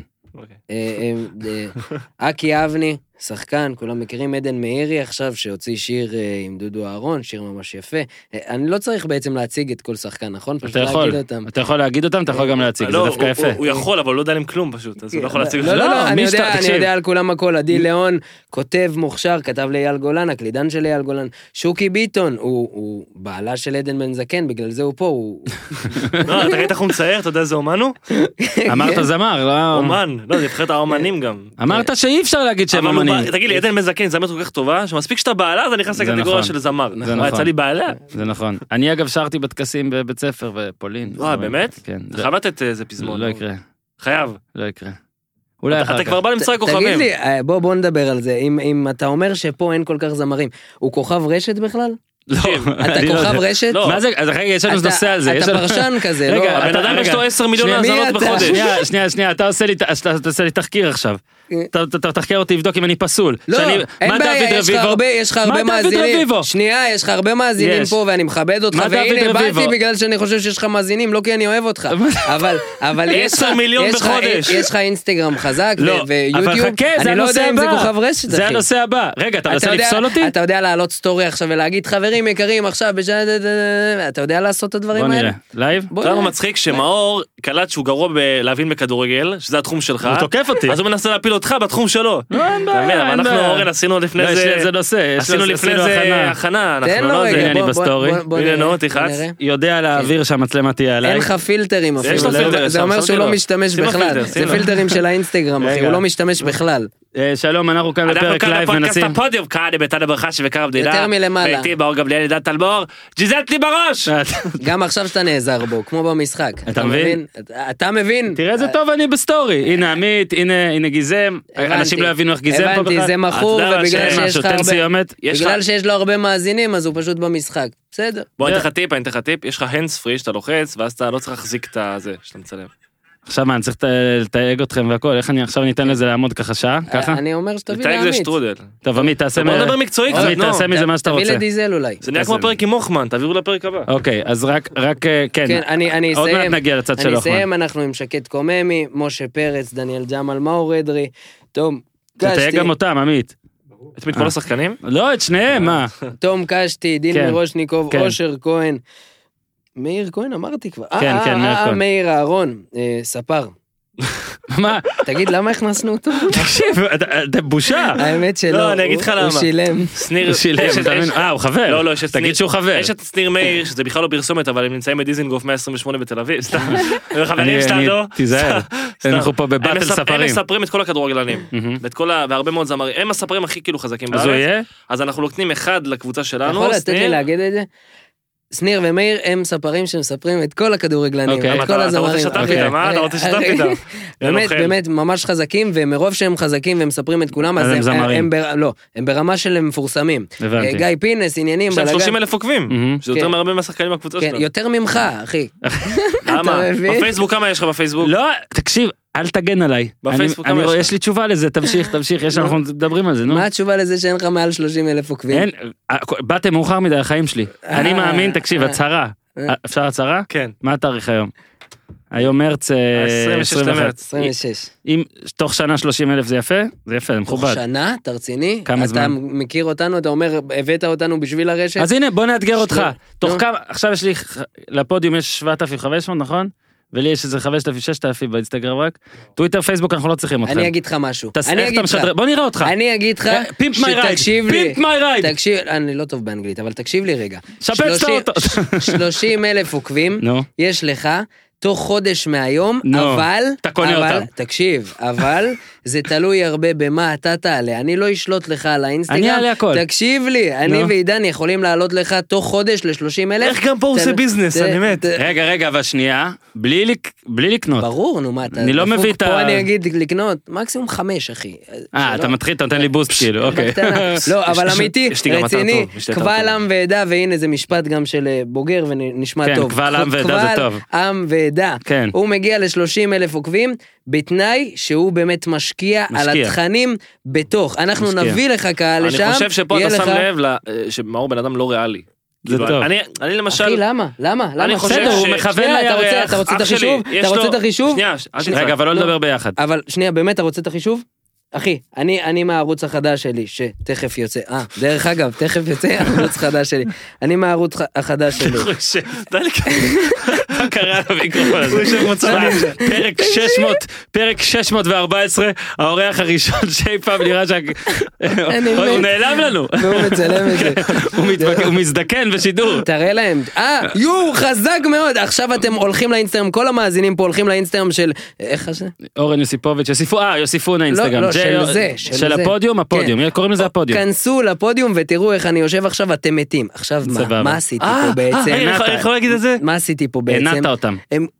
אקי אבני, שחקן, כולם מכירים, עדן מאירי עכשיו, שהוציא שיר עם דודו אהרון, שיר ממש יפה. אני לא צריך בעצם להציג את כל שחקן, נכון? אתה יכול להגיד אותם, אתה יכול גם להציג, זה דווקא יפה. הוא יכול, אבל לא יודע להם כלום פשוט, אז הוא לא יכול להציג אותם. לא, אני יודע על כולם הכל, עדי ליאון, כותב מוכשר, כתב לאייל גולן, הקלידן של אייל גולן, שוקי ביטון, הוא בעלה של עדן בן זקן, בגלל זה הוא פה, לא, אתה ראית איך הוא מצייר, אתה יודע איזה אומן הוא? אמרת זמר, לא... אומן, לא, זה יבחר את האומנים גם. אמרת שאי אפשר להגיד שהם אומנים. תגיד לי, עדן בן זקן, זמרת כל כך טובה, שמספיק שאתה בעלה, אתה נכנס לקטגוריה של זמר. יצא לי בעלה. זה נכון. אני אגב שרתי בטקסים בבית ספר בפולין. באמת? כן. חייב לתת איזה פזמון. לא יקרה. חייב. לא יקרה. אולי אחר כך. אתה כבר בא למשחק כוכבים. תגיד לי, בוא נדבר על זה. אם אתה אומר שפה אין כל כך זמרים, הוא כוכב רשת בכלל? לא, אתה כוכב רשת? מה זה? אז רגע, יש לנו נושא על זה. אתה פרשן כזה, לא? רגע, הבן אדם יש לו 10 מיליון האזנות בחודש. שנייה, אתה עושה לי תחקיר עכשיו. אתה תחקיר אותי, לבדוק אם אני פסול. לא, אין בעיה, יש לך הרבה מאזינים. שנייה, יש לך הרבה מאזינים פה, ואני מכבד אותך, והנה, באתי בגלל שאני חושב שיש לך מאזינים, לא כי אני אוהב אותך. אבל 10 מיליון בחודש. יש לך אינסטגרם חזק, ויוטיוב, אני לא יודע אם זה כוכב רשת, אחי. זה הנושא הבא. רגע, אתה רוצה לפסול אותי? אתה יודע לעלות סטורי עכשיו ולהגיד, חברים יקרים, עכשיו, אתה יודע לעשות את הדברים האלה? בוא נראה, לייב? כמה מצחיק שמאור קלט שהוא גרוע להבין בכדורגל, שזה התחום שלך. הוא תוקף אותי. אז הוא מנסה להפיל אותך בתחום שלו. אנחנו אורן עשינו לפני זה, עשינו לפני זה הכנה, אנחנו לא זה. אני בסטורי. הנה נו, תיחץ. יודע להעביר שהמצלמה תהיה עליי. אין לך פילטרים אפילו. זה אומר שהוא לא משתמש בכלל. זה פילטרים של האינסטגרם, אחי, הוא לא משתמש בכלל. שלום, אנחנו כאן בפרק לייב מנסים. אנחנו כאן בפודקאסט הפודיום, כאן בצד הברכה שבקר המדינה. יותר מלמעלה. ביתי באור גבליאל לידת תלמור, ג'יזלת לי בראש! גם עכשיו שאתה נעזר בו, כמו במשחק. אתה מבין? אתה מבין? תראה איזה טוב אני בסטורי. הנה עמית, הנה גיזם. אנשים לא יבינו איך גיזם פה בכלל. הבנתי, זה מכור, ובגלל שיש לו הרבה מאזינים, אז הוא פשוט במשחק. בסדר. בוא, אני אתן לך טיפ, יש לך הנדס פרי שאתה לוחץ, ואז אתה לא צריך להחזיק את זה שאתה מצלם. עכשיו מה, אני צריך לתייג אתכם והכל, איך אני עכשיו ניתן לזה לעמוד ככה שעה, ככה? אני אומר שתביא לתייג לעמית. זה שטרודל. טוב, עמית, תעשה מזה מה שאתה רוצה. תביא לדיזל אולי. זה נהיה כמו פרק עם מוחמן, תעבירו לפרק הבא. אוקיי, אז רק, כן, אני עוד מעט נגיע לצד של אני אוחמן. אסיים, אנחנו עם שקט קוממי, משה פרץ, דניאל ג'מאל, מאור אדרי, תום תתייג גם אותם, עמית. את כל השחקנים? לא, את שניהם, מה? תום קשתי, דין מירושניקוב, אושר כהן. מאיר כהן אמרתי כבר. כן, מאיר כהן. מאיר אהרון, ספר. מה? תגיד, למה הכנסנו אותו? תקשיב, אתה בושה. האמת שלא, לא, אני אגיד לך למה. הוא שילם. הוא שילם, הוא חבר. לא, תגיד שהוא חבר. יש את שניר מאיר, שזה בכלל לא פרסומת, אבל הם נמצאים בדיזינגוף 128 בתל אביב, סתם. חברים שלנו. תיזהר, אנחנו פה בבטל ספרים. הם מספרים את כל הכדורגלנים, והרבה מאוד זמרים, הם הספרים הכי כאילו חזקים בארץ. אז הוא יהיה? אז אנחנו נותנים אחד לקבוצה שלנו. יכול לתת לי להגיד את זה? שניר ומאיר הם ספרים שמספרים את כל הכדורגלנים, את כל הזמרים. אתה רוצה שתף איתם? באמת, ממש חזקים, ומרוב שהם חזקים והם מספרים את כולם, אז הם זמרים. לא, הם ברמה של מפורסמים. גיא פינס, עניינים. יש להם 30,000 עוקבים, שזה יותר מהרבה מהשחקנים בקבוצה שלנו. יותר ממך, אחי. למה? בפייסבוק כמה יש לך בפייסבוק? לא, תקשיב. אל תגן עליי. בפייסבוק יש לי תשובה לזה, תמשיך, אנחנו מדברים על זה, נו. מה התשובה לזה שאין לך מעל 30,000 עוקבים? באתם מאוחר מדי החיים שלי. אני מאמין, תקשיב, הצהרה. אפשר הצהרה? כן. מה התאריך היום? היום מרץ 26. אם תוך שנה 30,000 זה יפה? זה יפה, זה מכובד. תוך שנה? אתה רציני? כמה זמן? אתה מכיר אותנו, אתה אומר, הבאת אותנו בשביל הרשת? אז הנה, בוא נאתגר אותך. תוך כמה, עכשיו יש לי, לפודיום יש 7,500, נכון? ולי יש איזה 5,000-6,000 באינסטגרם רק. טוויטר, פייסבוק, אנחנו לא צריכים אתכם. אני אגיד לך משהו. בוא נראה אותך. אני אגיד לך, שתקשיב לי. פימפ מי רייד. תקשיב, אני לא טוב באנגלית, אבל תקשיב לי רגע. שפץ את האוטו. 30,000 עוקבים, יש לך, תוך חודש מהיום, אבל, אתה קונה אותם. תקשיב, אבל זה תלוי הרבה במה אתה תעלה, אני לא אשלוט לך על האינסטגרם, אני אעלה הכל. תקשיב לי, אני ועידן יכולים לעלות לך תוך חודש ל-30,000. איך גם פה הוא עושה ביזנס, אני מת. רגע, אבל שנייה, בלי לקנות. ברור, נו מה, אני לא מביא את ה... פה אני אגיד לקנות, מקסימום 5, אחי. אתה מתחיל, אתה נותן לי בוסט כאילו, אוקיי. לא, אבל אמיתי, רציני, קבל עם ועדה, והנה זה משפט גם של בוגר ונשמע טוב. כן, קבל עם ועדה זה טוב. קבל עם ועדה. הוא מגיע ל-30,000 עוקבים, בתנאי שהוא באמת משקיע על התכנים בתוך. אנחנו נביא לך קהל לשם. אני חושב שפה אתה שם לב שמאור בן אדם לא ריאלי. זה טוב. אני למשל... אחי, למה? אני חושב הוא מכוון לירח. אתה רוצה את החישוב? אתה רוצה את החישוב? שנייה. רגע, אבל לא לדבר ביחד. אבל שנייה, באמת אתה רוצה את החישוב? אחי, אני מהערוץ החדש שלי, שתכף יוצא, דרך אגב, תכף יוצא הערוץ החדש שלי. אני מהערוץ החדש שלי. מה קרה למיקרופון הזה? פרק 614, האורח הראשון שאי פעם נראה הוא נעלם לנו. והוא מצלם את זה. הוא מזדקן בשידור. תראה להם, חזק מאוד. עכשיו אתם הולכים לאינסטגרם, כל המאזינים פה הולכים לאינסטגרם של, איך זה? אורן יוסיפוביץ', יוסיפון האינסטגרם. של הפודיום, קוראים לזה הפודיום. כנסו לפודיום ותראו איך אני יושב עכשיו, אתם מתים. עכשיו מה עשיתי פה בעצם? אני יכול להגיד את זה? מה עשיתי פה בעצם? הנעת אותם.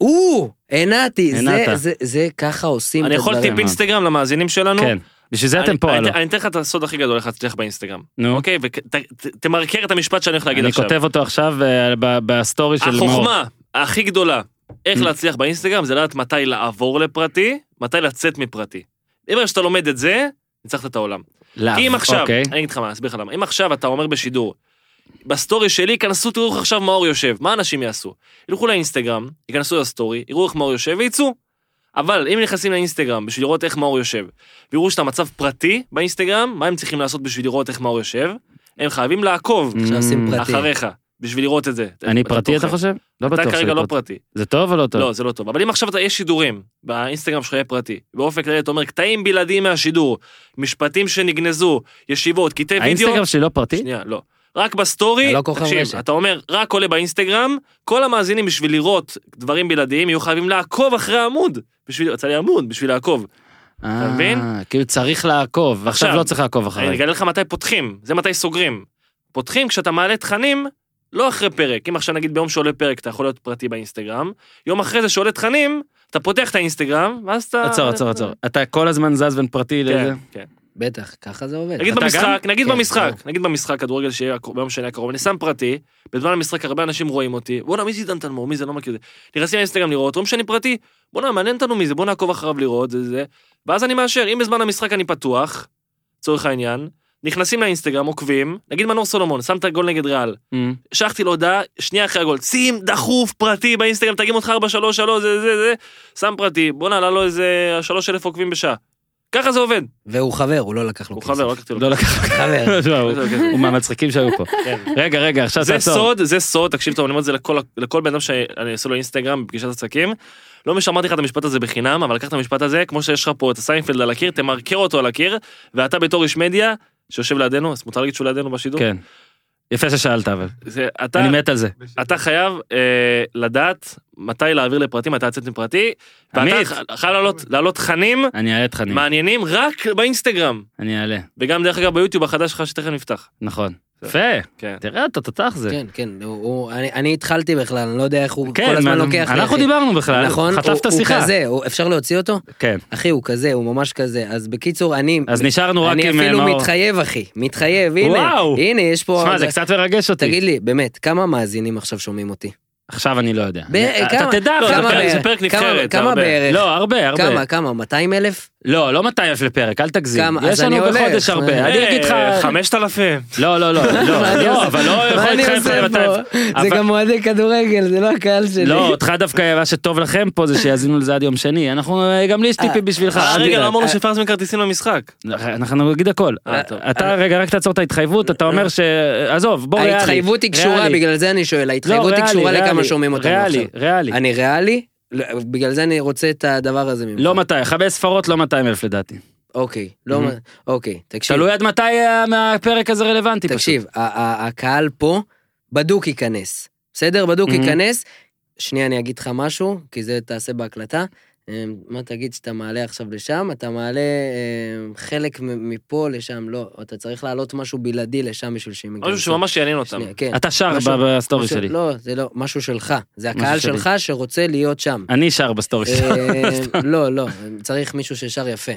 הנעתי, זה ככה עושים את הדברים. אני יכול טיפ אינסטגרם למאזינים שלנו? כן, בשביל זה אתם פה. אני אתן לך את הסוד הכי גדול, איך תצליח באינסטגרם. אוקיי? ותמרקר את המשפט שאני הולך להגיד עכשיו. אני כותב אותו עכשיו בסטורי של מאור. החוכמה הכי גדולה, איך להצליח באינסטגרם, זה לדעת מתי לעבור לפרטי, מתי לצאת מפרטי. אם שאתה לומד את זה, ניצחת את העולם. כי אם עכשיו, אני אגיד לך מה, אסביר לך למה, אם עכשיו אתה אומר בשידור, בסטורי שלי, כנסו תראו איך עכשיו מאור יושב, מה אנשים יעשו? ילכו לאינסטגרם, ייכנסו לסטורי, יראו איך מאור יושב וייצאו. אבל אם נכנסים לאינסטגרם בשביל לראות איך מאור יושב, ויראו שאתה מצב פרטי באינסטגרם, מה הם צריכים לעשות בשביל לראות איך מאור יושב? הם חייבים לעקוב אחריך, בשביל לראות את זה. אני פרטי אתה חושב? לא בטוח. אתה כרגע לא פרטי. זה טוב או לא טוב? לא, זה לא טוב. אבל אם עכשיו יש שידורים, באינסטגרם שלך יהיה פרטי, באופן כללי אתה אומר, קטעים בלעדיים מהשידור, משפטים שנגנזו, ישיבות, קטעי וידאו. האינסטגרם שלי לא פרטי? שנייה, לא. רק בסטורי, תקשיב, אתה אומר, רק עולה באינסטגרם, כל המאזינים בשביל לראות דברים בלעדיים, יהיו חייבים לעקוב אחרי העמוד, יצא לי עמוד, בשביל לעקוב. אתה מבין? כאילו צריך לעקוב, ועכשיו לא צריך לעקוב אחרי. אני אגלה לך מתי פותחים, זה מתי סוגרים. פותחים כשאתה מעלה תכנים, לא אחרי פרק. אם עכשיו נגיד ביום שעולה פרק, אתה יכול להיות פרטי באינסטגרם, יום אחרי זה שעולה תכנים, אתה פותח את האינסטגרם, ואז אתה... עצור. אתה כל הזמן זז בין פרטי לזה? כן. בטח, ככה זה עובד. נגיד במשחק, כדורגל שיהיה ביום שני הקרוב, אני שם פרטי, בזמן המשחק הרבה אנשים רואים אותי, בוא'נה, מי זה עידן תלמור, מי זה לא מכיר זה, נכנסים לאינסטגרם לראות, רואים שאני פרטי, בוא'נה, מעניין אותנו מי זה, בוא נעקוב אחריו לראות, זה, ואז אני מאשר, אם בזמן המשחק אני פתוח, צורך העניין, נכנסים לאינסטגרם, עוקבים, נגיד מנור סולומון, שם את הגול נגד ריאל, שלחתי לו הודעה, שנייה אחרי הגול, שים דחוף פרטי באינסטגרם, תגיד אותך 433, זה, שם פרטי, בוא נעלה לו איזה 3,000 עוקבים בשעה. ככה זה עובד. והוא חבר, הוא לא לקח לו כסף. הוא חבר, לקחתי לו. לא לקח לו חבר. הוא מהמצחיקים שהיו פה. רגע, עכשיו תעצור. זה סוד, תקשיב טוב, אני אומר את זה לכל בן אדם שאני אעשה לו אינסטגרם בפגישת עסקים. לא משמרתי לך את המשפט הזה בחינם, אבל לקח את המשפט הזה, כמו שיש לך פה את הסיינפלד על הקיר, תמרקר אותו על הקיר, ואתה בתור איש מדיה, שיושב לידינו, אז מותר להגיד שהוא לידינו בשידור? כן. יפה ששאלת, אבל. אני מת על זה. אתה חייב לדעת מתי להעביר לפרטי, מתי לצאת מפרטי, ואתה חייב לעלות תכנים מעניינים רק באינסטגרם. אני אעלה. וגם דרך אגב ביוטיוב החדש שלך שתכף נפתח. נכון. יפה. תראה, אתה תותח זה. כן. אני התחלתי בכלל, אני לא יודע איך הוא כל הזמן לוקח. אנחנו דיברנו בכלל, חטפת שיחה. הוא כזה, אפשר להוציא אותו? כן. אחי, הוא כזה, הוא ממש כזה. אז בקיצור, אז נשארנו רק עם... אני אפילו מתחייב, אחי. מתחייב, הנה, יש פה... שמע, זה קצת מרגש אותי. תגיד לי, באמת, כמה מאזינים עכשיו שומעים אותי? עכשיו אני לא יודע. אתה תדע, זה פרק נבחרת. כמה בערך? לא, הרבה. כמה? 200,000? לא 200,000 לפרק, אל תגזים. יש לנו הולך. בחודש הרבה. אני אגיד לך... 5,000. לא, אבל לא יכול להתחייב 200,000. זה גם מועדי כדורגל, זה לא הקהל שלי. לא, אותך דווקא מה שטוב לכם פה זה שיאזינו לזה עד יום שני. אנחנו גם לי יש טיפים בשבילך. רגע, לא אמרנו שפרסם כרטיסים למשחק. אנחנו נגיד הכל. אתה רגע רק תעצור את ההתחייבות, אתה אומר עזוב, בוא ריאלי. ההתחייבות היא קשורה, בגלל זה אני שואל, ההתחייבות היא קשורה לכמה שומעים אותנו עכשיו. ריאלי. אני ריאלי? בגלל זה אני רוצה את הדבר הזה ממך. לא 200, 5 ספרות, לא 200,000 לדעתי. אוקיי, אוקיי, תקשיב. תלוי עד מתי מהפרק הזה רלוונטי. תקשיב, הקהל פה בדוק ייכנס. בסדר? בדוק ייכנס. שנייה, אני אגיד לך משהו, כי זה תעשה בהקלטה. מה תגיד שאתה מעלה עכשיו לשם? אתה מעלה חלק מפה לשם, לא. אתה צריך לעלות משהו בלעדי לשם בשביל שהם יגרסו. משהו שממש יעניין אותם. אתה שר בסטורי שלי. לא, זה לא, משהו שלך. זה הקהל שלך שרוצה להיות שם. אני שר בסטורי שלי. לא, צריך מישהו ששר יפה.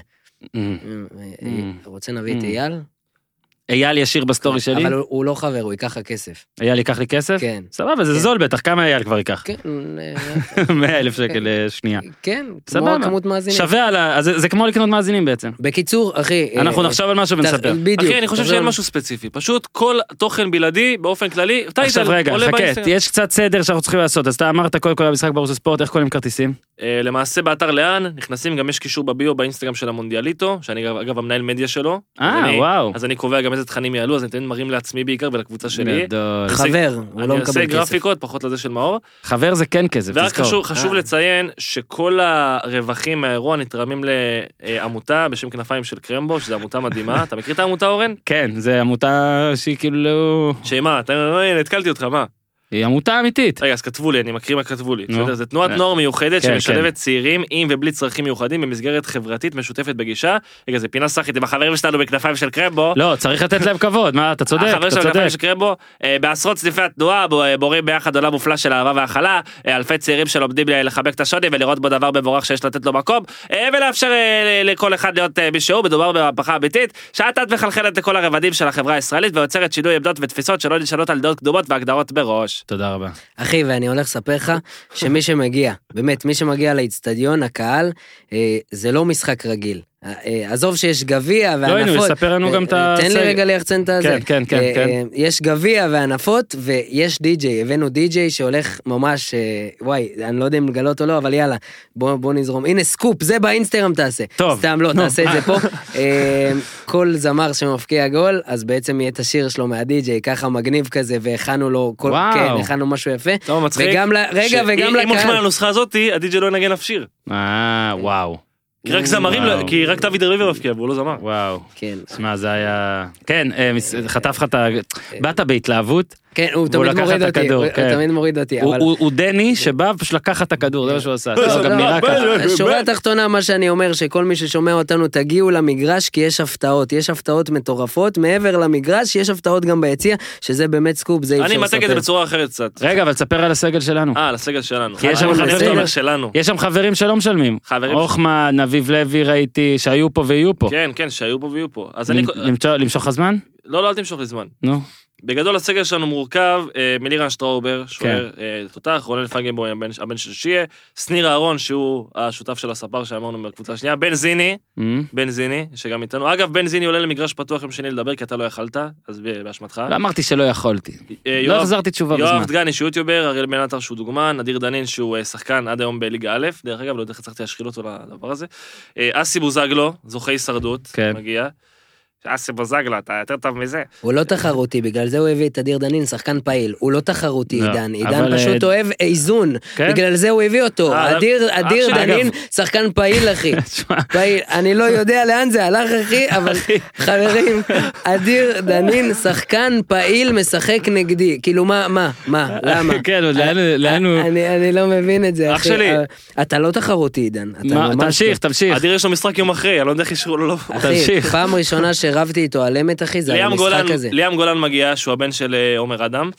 רוצה נביא את אייל? אייל ישיר בסטורי שלי? אבל הוא לא חבר, הוא ייקח לך כסף. אייל ייקח לי כסף? כן. סבבה, זה זול בטח, כמה אייל כבר ייקח? כן. 100,000 שקל לשנייה. כן, כמו כמות מאזינים. שווה זה כמו לקנות מאזינים בעצם. בקיצור, אחי... אנחנו נחשוב על משהו ונספר. אחי, אני חושב שאין משהו ספציפי, פשוט כל תוכן בלעדי, באופן כללי, עכשיו רגע, חכה, יש קצת סדר שאנחנו צריכים לעשות, אז אתה אמרת כל המשחק בערוץ הספורט, איך קונים כרטיסים? למעשה באתר לאן, נכנסים, גם יש קישור בביו באינסטגרם של המונדיאליטו, שאני אגב המנהל מדיה שלו. וואו. אז אני קובע גם איזה תכנים יעלו, אז אני תמיד מראים לעצמי בעיקר ולקבוצה שלי. חבר, הוא לא מקבל כסף. אני עושה גרפיקות, פחות לזה של מאור. חבר זה כן כסף, תזכור. חשוב לציין שכל הרווחים מהאירוע נתרמים לעמותה בשם כנפיים של קרמבו, שזו עמותה מדהימה. אתה מכיר את העמותה, אורן? כן, זה עמותה שהיא כאילו... שמה? התקלתי אותך, מה? היא עמותה אמיתית. רגע, אז כתבו לי, אני מקריא מה כתבו לי. זה תנועת נוער מיוחדת שמשלבת צעירים עם ובלי צרכים מיוחדים במסגרת חברתית משותפת בגישה. רגע, זה פינה סחית עם החברים שלנו בכנפיים של קרמבו. לא, צריך לתת להם כבוד, מה, אתה צודק, החברים שלנו בכנפיים של קרמבו, בעשרות סניפי התנועה, בורים ביחד עולם מופלא של אהבה והכלה, אלפי צעירים שלומדים לחבק את השוני ולראות בו דבר מבורך שיש לתת לו מקום, ולאפשר לכל אחד להיות מישהו. מדובר במהפכה אמיתית, שאט-אט מחלחלת לכל הרבדים של החברה הישראלית ויוצרת שינוי עמדות ותפיסות שלא נשענות על דעות קדומות והגדרות בראש. תודה רבה. אחי, ואני הולך לספר לך שמי שמגיע, באמת, מי שמגיע לאצטדיון, הקהל, זה לא משחק רגיל. עזוב שיש גביע וענפות. לא, יספר לנו גם את הסגל. תן לי רגע ליחצן את הזה. כן. יש גביע וענפות, ויש די-ג'יי. הבאנו די-ג'יי שהולך ממש, וואי, אני לא יודע אם לגלות או לא, אבל יאללה, בוא נזרום. הנה סקופ, זה באינסטגרם תעשה. טוב. סתם לא, תעשה את זה פה. כל זמר שמפקיע גול, אז בעצם יהיה את השיר שלו מהדי-ג'יי, ככה מגניב כזה, והכנו לו, כן, הכנו משהו יפה. טוב, מצחיק. רגע, וגם לקהל. אם הולכים על הנוסחה הזאת, הדי-ג'יי לא ינגן אף שיר. וואו. כי רק זמרים, כי רק דוד רביבו מפקיע, והוא לא זמר. וואו. כן. שמע, זה היה... כן, חטף לך את ה... באת בהתלהבות. כן, הוא תמיד מוריד אותי. הוא דני שבא פשוט לקח את הכדור, זה מה שהוא עשה. שורה התחתונה, מה שאני אומר, שכל מי ששומע אותנו, תגיעו למגרש, כי יש הפתעות מטורפות, מעבר למגרש, יש הפתעות גם ביציע, שזה באמת סקופ, זה אי אפשר לספר. אני מתק את זה בצורה אחרת קצת. רגע, אבל תספר על הסגל שלנו. על הסגל שלנו. יש שם חברים שלא משלמים. רוחמן, נביב לוי, ראיתי, שהיו פה ויהיו פה. כן, שהיו פה ויהיו פה. למשוך הזמן? לא, אל תמשוך לי זמן. נו. בגדול הסגל שלנו מורכב מלירן שטראובר, שוער תותח, רונן פנגנבוי, הבן של שיה, שניר אהרון, שהוא השותף של הספר שאמרנו בקבוצה השנייה, בן זיני, שגם איתנו. אגב, בן זיני עולה למגרש פתוח יום שני לדבר, כי אתה לא יכלת, אז באשמתך. לא אמרתי שלא יכולתי. לא החזרתי תשובה בזמן. יואב דגני, שהוא יוטיובר, אריאל בן עטר, שהוא דוגמן, נדיר דנין, שהוא שחקן עד היום בליגה א', דרך אגב, לא יודע איך הצלחתי להשחיל אותו לדבר הזה. אסי בוזגלו, זוכה הישרדות, מגיע. אסי בוזגלו, אתה יותר טוב מזה. הוא לא תחרותי, בגלל זה הוא הביא את אדיר דנין, שחקן פעיל. הוא לא תחרותי, עידן פשוט אוהב איזון. בגלל זה הוא הביא אותו. אדיר דנין, שחקן פעיל, אחי. אני לא יודע לאן זה הלך, אחי, אבל חברים, אדיר דנין, שחקן פעיל, משחק נגדי. כאילו, מה? למה? כן, לאן הוא... אני לא מבין את זה, אח שלי. אתה לא תחרותי, עידן. תמשיך. אדיר יש לו משחק יום אחרי, אני לא יודע איך ישרו לו. אחי, פעם ראשונה שרבתי איתו על אמת, אחי, זה על המשחק הזה. ליאם גולן מגיע, שהוא הבן של עומר אדם,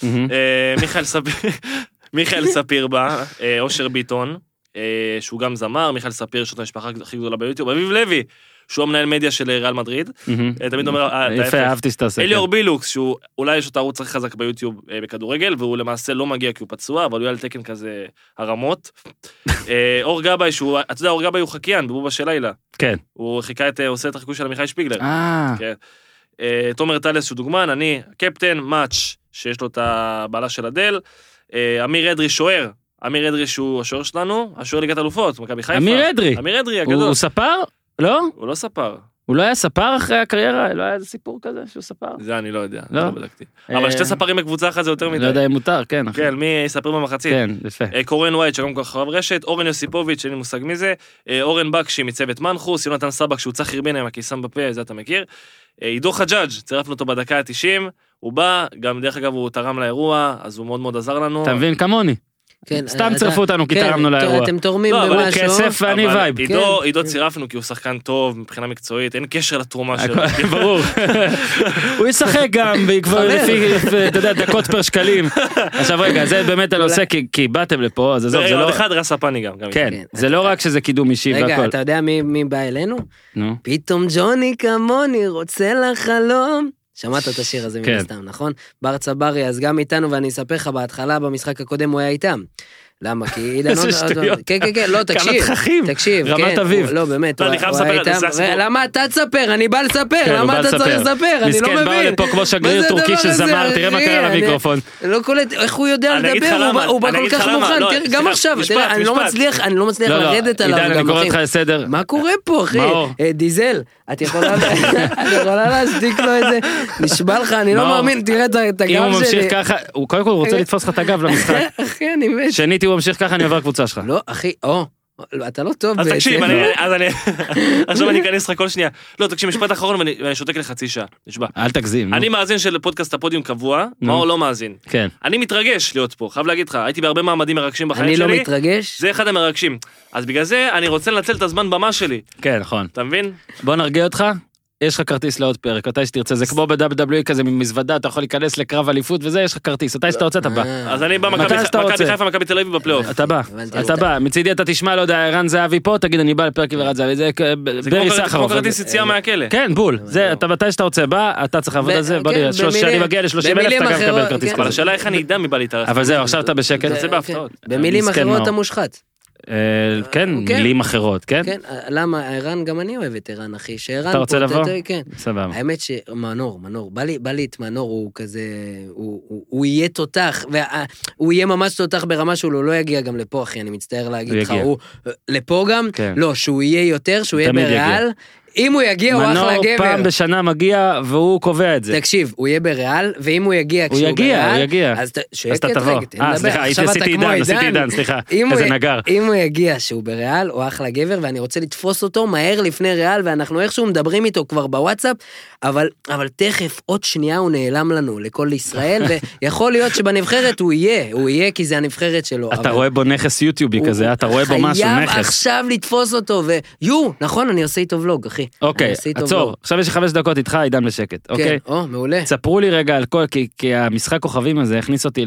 מיכאל ספיר בא, אושר ביטון, שהוא גם זמר, מיכאל ספיר, יש לו את המשפחה הכי גדולה ביוטיוב, אביב לוי, שהוא המנהל מדיה של ריאל מדריד, תמיד אומר, יפה, אהבתי שתעשה. אליאור בילוקס, שהוא אולי יש לו את הערוץ הכי חזק ביוטיוב בכדורגל, והוא למעשה לא מגיע כי הוא פצוע, אבל הוא היה על תקן כזה הרמות. אור גבאי, שהוא, אתה יודע, אור גבאי הוא חקיין, בבובה של לילה. כן. הוא עושה את החיקוי של עמיחי שפיגלר. תומר טלס שהוא דוגמן, אני קפטן, מאץ' שיש לו את הבעלה של הדל, אמיר אדרי שוער, אמיר אדרי שהוא השוער שלנו, השוער ליגת אלופות, מכבי חיפה. אמיר אדרי הגדול. הוא ספר? לא? הוא לא ספר. הוא לא היה ספר אחרי הקריירה? לא היה איזה סיפור כזה שהוא ספר? זה אני לא יודע, לא בדקתי. אבל שתי ספרים בקבוצה אחת זה יותר מדי. לא יודע אם מותר, כן. כן, מי יספר במחצית? כן, יפה. קורן ווייט, שגם כל חרב רשת, אורן יוסיפוביץ', אין לי מושג מי זה, אורן בקשי מצוות מנחוס, יונתן סבק שהוא צריך חרבין עם הקיסם בפה, זה אתה מכיר. עידו חג'אג', צירפנו אותו בדקה ה-90, הוא בא, גם דרך אגב הוא תרם לאירוע, אז הוא מאוד מאוד עזר לנו. אתה מבין כמוני? סתם צרפו אותנו כי תרמנו לאירוע. אתם תורמים במשהו. כסף ואני וייב. עידו צירפנו כי הוא שחקן טוב מבחינה מקצועית, אין קשר לתרומה שלו. ברור. הוא ישחק גם לפי, אתה יודע, דקות פר שקלים. עכשיו רגע, זה באמת הנושא, כי באתם לפה, אז עזוב, זה לא... עוד אחד רספני גם. כן, זה לא רק שזה קידום אישי והכל. רגע, אתה יודע מי בא אלינו? פתאום ג'וני כמוני רוצה לחלום. שמעת את השיר הזה מן הסתם, נכון? בר צברי, אז גם איתנו, ואני אספר לך בהתחלה, במשחק הקודם הוא היה איתם. למה? כי עידן... איזה שטויות. כן, לא, תקשיב. כמה תככים. תקשיב, רמת אביב. לא, באמת, הוא היה איתם. למה אתה תספר? אני בא לספר. למה אתה צריך לספר? אני לא מבין. מסכן, באו לפה כמו שגריר טורקי של זמר, תראה מה קרה למיקרופון. לא קולט, איך הוא יודע לדבר? הוא בא כל כך מוכן. גם עכשיו, אני לא מצליח לרדת עליו. עידן, אני קורא אותך לסדר. מה קורה פה, אחי? דיזל, את יכולה להשתיק לו את זה. נשבע לך, אני לא מאמין, תראה את הגב שלי. אם הוא ממשיך ככה, קודם כל הוא רוצה לתפוס לך את הגב למשחק. אחי, אני מת. שנית, הוא ממשיך ככה, אני עובר קבוצה שלך. לא, אחי, אתה לא טוב. אז תקשיב, עכשיו אני אכנס לך כל שנייה. לא, תקשיב, משפט אחרון ואני שותק לחצי שעה, נשבע. אל תגזים. אני מאזין של פודקאסט הפודיום קבוע, מאור לא מאזין. כן. אני מתרגש להיות פה, חייב להגיד לך, הייתי בהרבה מעמדים מרגשים בחיים שלי. אני לא מתרגש. זה אחד המרגשים. אז בגלל זה אני רוצה לנצל את הזמן במה שלי. כן, נכון. אתה מבין? בוא נרגיע אותך. יש לך כרטיס לעוד פרק, אותי שתרצה, זה כמו ב-WWE כזה ממזוודה, אתה יכול להיכנס לקרב אליפות וזה, יש לך כרטיס, אותי שאתה רוצה, אתה בא. אז אני בא מכבי חיפה, מכבי תל אביב בפלייאוף. אתה בא, מצידי אתה תשמע, לא יודע, ערן זהבי פה, תגיד אני בא לפרק עם ערן זהבי, זה ברי סחרוף. זה כמו כרטיס יציאה מהכלא. כן, בול, זה, אתה מתי שאתה רוצה, בא, אתה צריך לעבוד על זה, בוא נראה, שאני מגיע ל-30,000, אתה גם מקבל כרטיס. אבל השאלה איך אני אדע מבא להתארח. אבל זהו, עכשיו אתה בשקט. במילים אחרות אתה מושחת. כן, מילים אחרות, כן? כן, למה, ערן, גם אני אוהב את ערן, אחי, שערן... אתה רוצה לבוא? כן. סבבה. האמת שמנור, בא לי את מנור, הוא כזה, הוא יהיה תותח, והוא יהיה ממש תותח ברמה שהוא לא יגיע גם לפה, אחי, אני מצטער להגיד לך, הוא לפה גם, לא, שהוא יהיה יותר, שהוא יהיה בריאל, אם הוא יגיע, הוא אחלה גבר. מנור פעם בשנה מגיע, והוא קובע את זה. תקשיב, הוא יהיה בריאל, ואם הוא יגיע כשהוא בריאל... הוא יגיע. אז אתה תבוא. סליחה, עשיתי עידן, סליחה. איזה נגר. אם הוא יגיע שהוא בריאל, הוא אחלה גבר, ואני רוצה לתפוס אותו מהר לפני ריאל, ואנחנו איכשהו מדברים איתו כבר בוואטסאפ, אבל תכף, עוד שנייה הוא נעלם לנו לכל ישראל, ויכול להיות שבנבחרת הוא יהיה, כי זה הנבחרת שלו. אתה רואה בו נכס יוטיובי כזה, אתה רואה בו משהו, נכס. חייב עכשיו לתפוס אותו, נכון, אני עושה איתו ולוג, אחי. אוקיי, עצור, עכשיו יש לי 5 דקות איתך, עידן בשקט, אוקיי? כן, מעולה. ספרו לי רגע על כל, כי המשחק כוכבים הזה הכניס אותי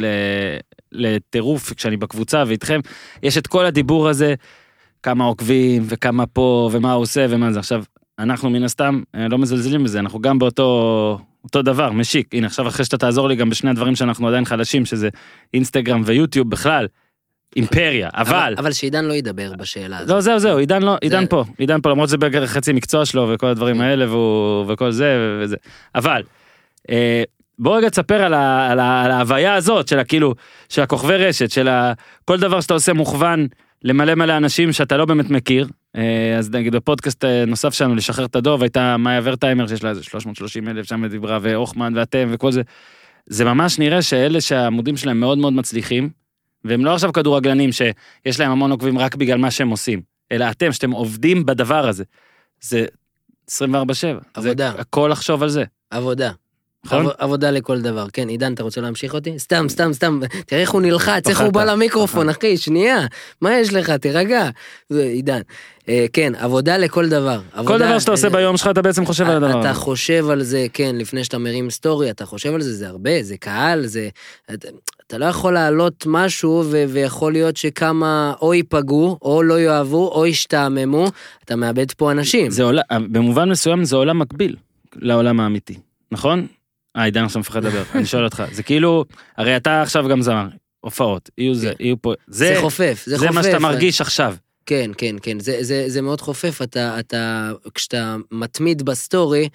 לטירוף כשאני בקבוצה ואיתכם, יש את כל הדיבור הזה, כמה עוקבים וכמה פה ומה הוא עושה ומה זה. עכשיו, אנחנו מן הסתם לא מזלזלים בזה, אנחנו גם באותו דבר, משיק. הנה, עכשיו אחרי שאתה תעזור לי גם בשני הדברים שאנחנו עדיין חלשים, שזה אינסטגרם ויוטיוב בכלל, אימפריה, אבל שעידן לא ידבר בשאלה הזאת. לא, זהו, עידן פה, למרות זה חצי מקצוע שלו וכל הדברים האלה וכל זה וזה. אבל, בוא רגע תספר על ההוויה הזאת של כאילו, של הכוכבי רשת, של כל דבר שאתה עושה מוכוון למלא אנשים שאתה לא באמת מכיר. אז נגיד בפודקאסט נוסף שלנו לשחרר את הדוב, הייתה מאיה ורטיימר שיש לה איזה 330,000 שם דיברה, ואוחמן ואתם וכל זה. זה ממש נראה שאלה שהעמודים שלהם מאוד מאוד מצליחים, והם לא עכשיו כדורגלנים שיש להם המון עוקבים רק בגלל מה שהם עושים, אלא אתם שאתם עובדים בדבר הזה. זה 24/7. עבודה. זה הכל לחשוב על זה. עבודה. עבודה לכל דבר. כן, עידן, אתה רוצה להמשיך אותי? סתם. תראה איך הוא נלחץ, איך הוא בא למיקרופון, אחי, שנייה. מה יש לך? תירגע. עידן. כן, עבודה לכל דבר. כל דבר שאתה עושה ביום שלך, אתה בעצם חושב על הדבר. אתה חושב על זה, כן, לפני שאתה מרים סטורי, אתה חושב על זה, זה הרבה, זה קהל, זה... אתה לא יכול לעלות משהו, ויכול להיות שכמה או ייפגעו, או לא יאהבו, או ישתעממו, אתה מאבד פה אנשים. במובן מסוים זה עולם מקביל לעולם האמיתי, נכון? עידן עכשיו מפחד לדבר, אני שואל אותך, זה כאילו, הרי אתה עכשיו גם זמר, הופעות, יהיו פה, זה חופף, זה מה שאתה מרגיש עכשיו. כן, זה מאוד חופף, כשאתה מתמיד בסטורי,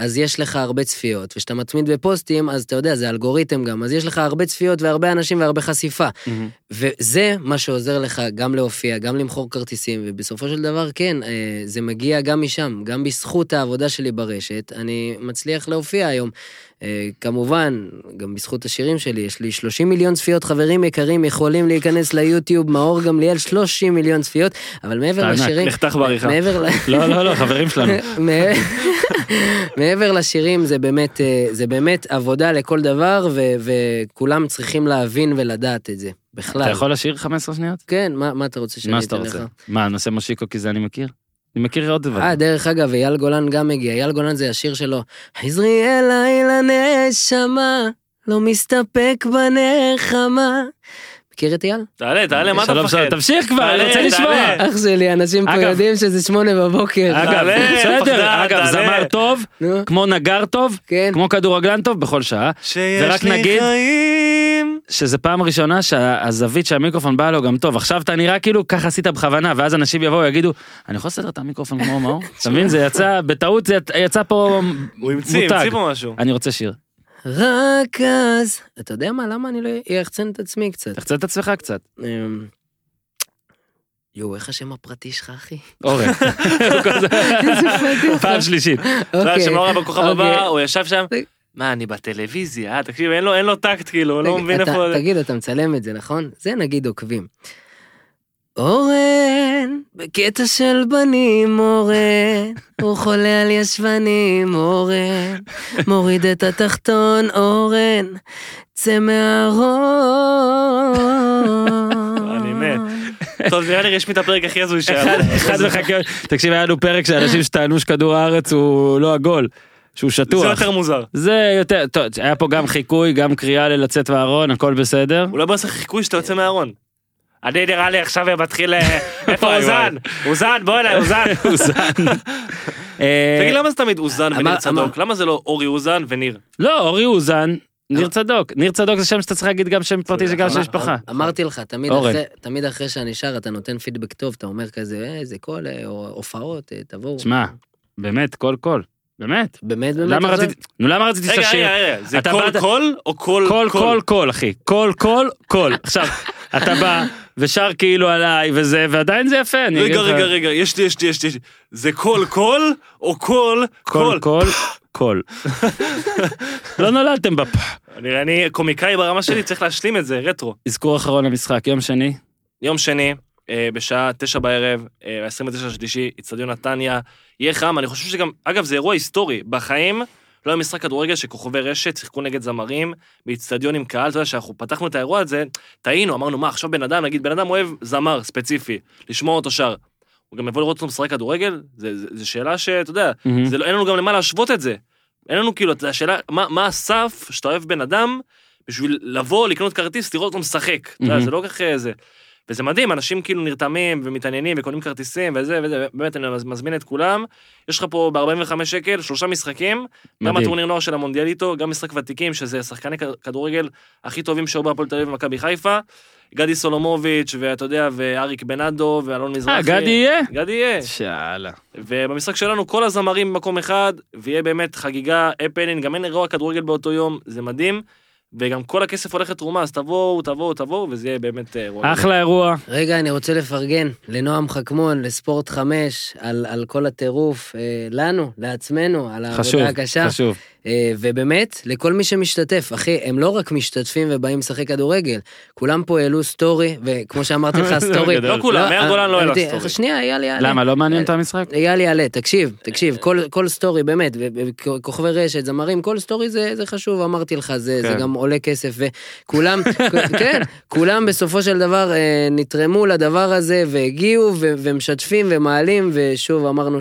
אז יש לך הרבה צפיות, ושאתה מתמיד בפוסטים, אז אתה יודע, זה אלגוריתם גם, אז יש לך הרבה צפיות והרבה אנשים והרבה חשיפה. וזה מה שעוזר לך גם להופיע, גם למחור כרטיסים, ובסופו של דבר, כן, זה מגיע גם משם, גם בזכות העבודה שלי ברשת, אני מצליח להופיע היום. כמובן, גם בזכות השירים שלי, יש לי 30 מיליון צפיות, חברים יקרים יכולים להיכנס ליוטיוב, מאור גמליאל 30 מיליון צפיות, אבל מעבר לשירים... נחתך בעריכה. לא, חברים שלנו. מעבר לשירים, זה באמת עבודה לכל דבר, וכולם צריכים להבין ולדעת את זה, בכלל. אתה יכול לשיר 15 שניות? כן, מה אתה רוצה שאני אתן לך? מה, נושא מושיקו, כי זה אני מכיר? אני מכיר עוד דבר. דרך אגב, אייל גולן גם מגיע. אייל גולן זה השיר שלו. חזרי אליי לנשמה, לא מסתפק בנחמה. מכיר את אייל? תעלה, מה אתה מפחד? תמשיך כבר, אני רוצה לשמוע. אח שלי, אנשים פה יודעים שזה 8 בבוקר. אגב, זמר טוב, כמו נגר טוב, כמו כדורגלן טוב בכל שעה. שיש לי חיים. שזה פעם ראשונה שהזווית שהמיקרופון בא לו גם טוב. עכשיו אתה נראה כאילו ככה עשית בכוונה, ואז אנשים יבואו ויגידו, אני יכול לסדר את המיקרופון כמו מאור? אתה מבין, זה יצא, בטעות זה יצא פה מותג. הוא המציא פה משהו. אני רוצה שיר. רק אז, אתה יודע מה, למה אני לא יחצן את עצמי קצת? תחצן את עצמך קצת. איך השם הפרטי שלך, אחי? אורן. פעם שלישית. שמאור בכוכב הבא, הוא ישב שם, מה, אני בטלוויזיה, תקשיב, אין לו טקט כאילו, הוא לא מבין איפה... תגיד, אתה מצלם את זה, נכון? זה נגיד עוקבים. אורן, בקטע של בנים, אורן, הוא חולה על ישבנים, אורן, מוריד את התחתון, אורן, צא מהארון. אני מת. טוב, נראה לי רשמי את הפרק הכי הזוי שהיה. אחד מחכה, תקשיב, היה לנו פרק שאנשים שטענו שכדור הארץ הוא לא עגול. שהוא שטוח. זה יותר מוזר. זה יותר, טוב, היה פה גם חיקוי, גם קריאה ללצאת מהארון, הכל בסדר. אולי בוא נעשה חיקוי שאתה יוצא מהארון. אני נראה לי עכשיו מתחיל, איפה אוזן? אוזן, בוא אליי, אוזן. תגיד, למה זה תמיד אוזן וניר צדוק? למה זה לא אורי אוזן וניר? לא, אורי אוזן, ניר צדוק. ניר צדוק זה שם שאתה צריך להגיד גם שם פרטי, זה גם שם משפחה. אמרתי לך, תמיד אחרי שאני שר, אתה נותן פידבק טוב, אתה אומר כזה, זה כל הופעות, תבואו. שמע, באמת, כל. באמת? באמת. למה רציתי שתשיר? זה כל או כל, אחי. כל. עכשיו, אתה בא ושר כאילו עליי וזה, ועדיין זה יפה. רגע, יש לי. זה כל או כל. לא נולדתם בפ. אני קומיקאי ברמה שלי, צריך להשלים את זה, רטרו. אזכור אחרון למשחק, יום שני, בשעה 9 בערב, 29 שלישי, אצטדיון נתניה, יהיה חם, אני חושב שגם, אגב, זה אירוע היסטורי, בחיים, לא היה משחק כדורגל שכוכבי רשת, שיחקו נגד זמרים, באצטדיון עם קהל, אתה יודע שאנחנו פתחנו את האירוע הזה, טעינו, אמרנו, מה, עכשיו בן אדם אוהב זמר ספציפי, לשמוע אותו שר, הוא גם יבוא לראות אותו משחק כדורגל, זה שאלה שאתה יודע, אין לנו גם למה להשוות את זה, אין לנו כאילו, אתה יודע, שאלה, מה הסף שאתה אוהב בן אדם, בשביל לבוא, לקנות כרטיס, לראות אותו משחק, זה לא כך זה. וזה מדהים, אנשים כאילו נרתמים ומתעניינים וקונים כרטיסים וזה, באמת אני מזמין את כולם. יש לך פה ב-45 שקל, 3 משחקים, גם הטורניר נוער של המונדיאליטו, גם משחק ותיקים, שזה שחקני כדורגל הכי טובים שהיו בהפועל תל אביב ומכבי חיפה, גדי סולומוביץ' ואתה יודע, ואריק בנאדו ואלון מזרחי. גדי יהיה? שאלה. ובמשחק שלנו כל הזמרים במקום אחד, ויהיה באמת חגיגה, אפנין, גם אין אירוע כדורגל באותו יום, זה מדהים. וגם כל הכסף הולך לתרומה, אז תבואו, וזה יהיה באמת אירוע. אחלה אירוע. רגע, אני רוצה לפרגן לנועם חכמון, לספורט 5, על כל הטירוף, לנו, לעצמנו, על העבודה הקשה. חשוב. ובאמת, לכל מי שמשתתף, אחי, הם לא רק משתתפים ובאים לשחק כדורגל, כולם פה העלו סטורי, וכמו שאמרתי לך, סטורי... לא כולם, מאיר גולן לא העלה סטורי. שנייה, יעלה. למה, לא מעניין את המשחק? יעלה, תקשיב, כל סטורי, באמת, כוכבי רשת, זמרים, כל סטורי זה חשוב, אמרתי לך, זה גם עולה כסף, וכולם, כן, כולם בסופו של דבר נתרמו לדבר הזה, והגיעו, ומשתפים ומעלים, ושוב אמרנו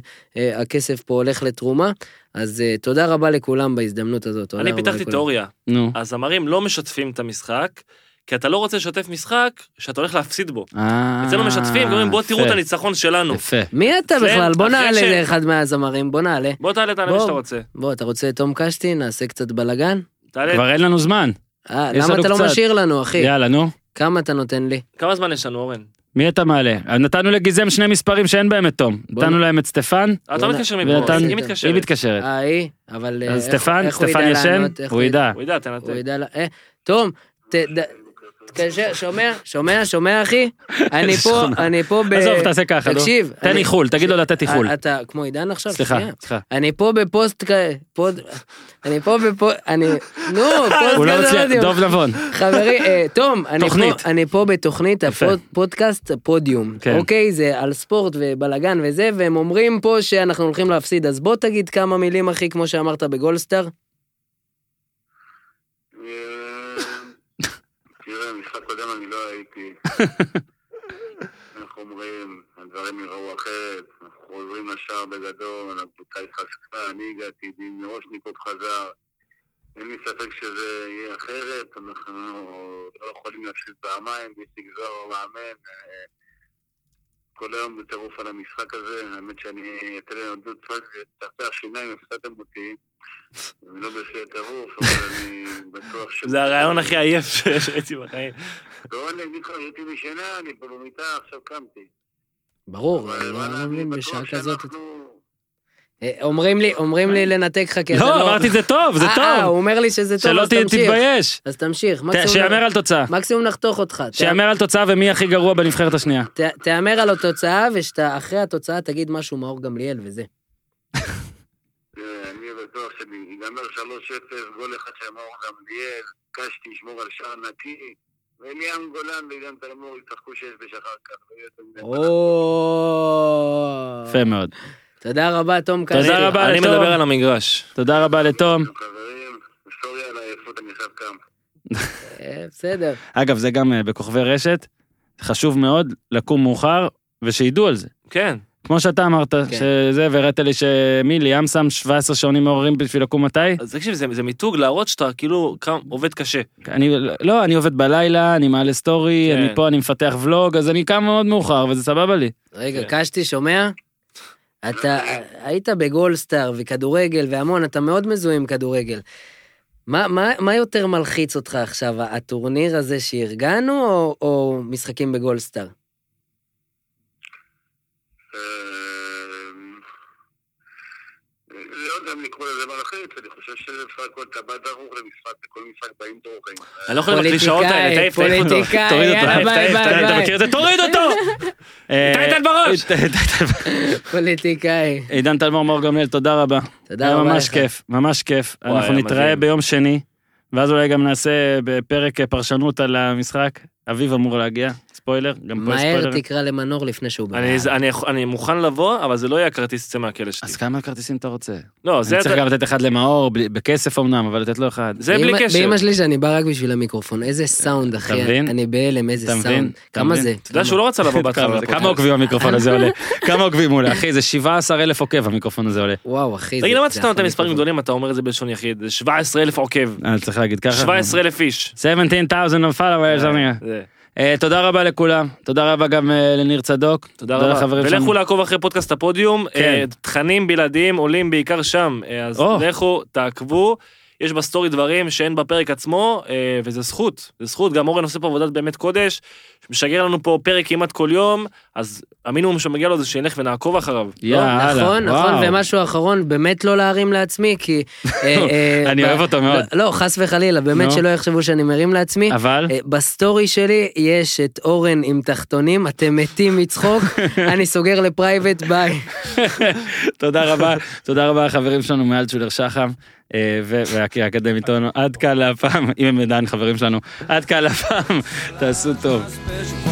שהכסף פה הולך לתרומה, אז תודה רבה לכולם בהזדמנות הזאת. אני פיתחתי תיאוריה. הזמרים לא משתפים את המשחק, כי אתה לא רוצה לשתף משחק שאתה הולך להפסיד בו. אצלנו משתפים, אומרים בוא תראו את הניצחון שלנו. מי אתה בכלל? בוא נעלה לאחד מהזמרים, בוא נעלה. בוא תעלה מי שאתה רוצה. בוא, אתה רוצה תום קשטין, נעשה קצת בלגן? כבר אין לנו זמן. למה אתה לא משאיר לנו, אחי? יאללה, נו. כמה אתה נותן לי? כמה זמן יש לנו, אורן? מי אתה מעלה? נתנו לגיזם 2 מספרים שאין בהם את תום. נתנו להם את סטפן. אתה לא מתקשר מפה, היא מתקשרת. היא מתקשרת. אבל... אז סטפן ישן? הוא ידע. הוא ידע, תנתק. תום, שומע אחי? אני פה עזוב, תעשה ככה, תקשיב. תן איחול, תגיד לו לתת איחול. אתה כמו עידן עכשיו? סליחה. אני פה בפוסט... הוא לא מצליח, דוב נבון. חברי, תום, אני פה בתוכנית הפודקאסט פודיום. אוקיי, זה על ספורט ובלגן וזה, והם אומרים פה שאנחנו הולכים להפסיד, אז בוא תגיד כמה מילים אחי, כמו שאמרת בגולדסטאר. משחק קודם אני לא הייתי. אנחנו אומרים, הדברים יראו אחרת, אנחנו חוזרים לשער בגדול, הקבוצה התחזקה, אני הגעתי, מירושניקוב חזר. אין לי ספק שזה יהיה אחרת, אנחנו לא יכולים להפסיד פעמיים, בלי לגזור מאמן. כל היום בטירוף על המשחק הזה, האמת שאני אתן לי עדות תחתי השיניים, הפסדתם אותי. אני לא בסדר טירוף, אבל אני בטוח ש... זה הרעיון הכי עייף שהייתי בחיים. לא, אני אגיד לך, הייתי בשינה, אני פה במיטה, עכשיו קמתי. ברור, אני לא מבין בשעה כזאת. אומרים לי לנתק לך כזה. לא, אמרתי זה טוב, זה טוב. הוא אומר לי שזה טוב, אז תמשיך. שלא תתבייש. אז תמשיך. שיאמר על תוצאה. מקסימום נחתוך אותך. שיאמר על תוצאה ומי הכי גרוע בנבחרת השנייה. תאמר על התוצאה, ושאחרי התוצאה תגיד משהו מאור גמליאל וזה. אני בטוח שיגמר 3-0, גול אחד של מאור גמליאל, קשתי ישמור על שער נקי, וליאם גולן ועידן תלמור יצחקו 6 בשחר כך. יפה מאוד. תודה רבה, תום קשתי. תודה רבה לתום. אני מדבר על המגרש. תודה רבה לתום. חברים, סוריה על העייפות, אני חייב קם. בסדר. אגב, זה גם בכוכבי רשת, חשוב מאוד לקום מאוחר, ושידעו על זה. כן. כמו שאתה אמרת, שזה, והראית לי ליאם שם 17 שעונים מעוררים בשביל לקום מתי. אז תקשיב, זה מיתוג להראות שאתה כאילו עובד קשה. אני עובד בלילה, אני מעלה סטורי, אני פה, אני מפתח ולוג, אז אני קם מאוד מאוחר, וזה סבבה לי. רגע, קשתי, שומע? אתה היית בגולדסטאר וכדורגל והמון, אתה מאוד מזוהה עם כדורגל. מה יותר מלחיץ אותך עכשיו, הטורניר הזה שארגנו, או משחקים בגולדסטאר? לא יודע אם לקרוא לזה מלחיץ, אני חושב שאפשר כל טבעת ערוך למשחק, לכל משחק באים תורכים. אני לא יכול לבקלי שעות האלה, תעיף אותו. פוליטיקאי, יאללה ביי ביי. אתה מכיר את זה? תוריד אותו! תעיתן בראש! פוליטיקאי. עידן תלמור מאור גמליאל, תודה רבה. תודה רבה. ממש כיף, ממש כיף. אנחנו נתראה ביום שני, ואז אולי גם נעשה בפרק פרשנות על המשחק. אביב אמור להגיע, ספוילר, גם פה ספוילר. מהר תקרא למנור לפני שהוא בא. אני מוכן לבוא, אבל זה לא יהיה כרטיס יצא מהכלא שלי. אז כמה כרטיסים אתה רוצה? לא, זה... אני צריך גם לתת אחד למאור, בכסף אמנם, אבל לתת לו אחד. זה בלי קשר. באמא שלי שאני בא רק בשביל המיקרופון, איזה סאונד, אחי. אני בהלם, איזה סאונד. כמה זה? אתה יודע שהוא לא רצה לבוא בהתחלה. כמה עוקבים המיקרופון הזה עולה? כמה עוקבים עולה? אחי, זה 17,000 עוקב המיקרופון הזה עולה. וואו, אחי. תגיד, למה אתה נותן מספרים גדולים, אתה אומר את זה בלשון יחיד? זה 17,000 עוקב. צריך להגיד ככה. 17,000 איש. 17,000 followers. תודה רבה לכולם, תודה רבה גם לניר צדוק, תודה רבה, ולכו לעקוב אחרי פודקאסט הפודיום, תכנים בלעדיים עולים בעיקר שם, אז לכו, תעקבו, יש בסטורי דברים שאין בפרק עצמו, וזה זכות, זה זכות, גם אורן עושה פה עבודת באמת קודש, משגר לנו פה פרק כמעט כל יום, אז המינימום שמגיע לו זה שנלך ונעקוב אחריו. נכון, נכון, ומשהו אחרון, באמת לא להרים לעצמי, כי... אני אוהב אותו מאוד. לא, חס וחלילה, באמת שלא יחשבו שאני מרים לעצמי. אבל? בסטורי שלי יש את אורן עם תחתונים, אתם מתים מצחוק, אני סוגר לפרייבט, ביי. תודה רבה החברים שלנו מעל צ'ולר שחם. והאקדמית אונו, עד כאן להפעם, אם הם עדיין חברים שלנו, עד כאן להפעם, תעשו טוב.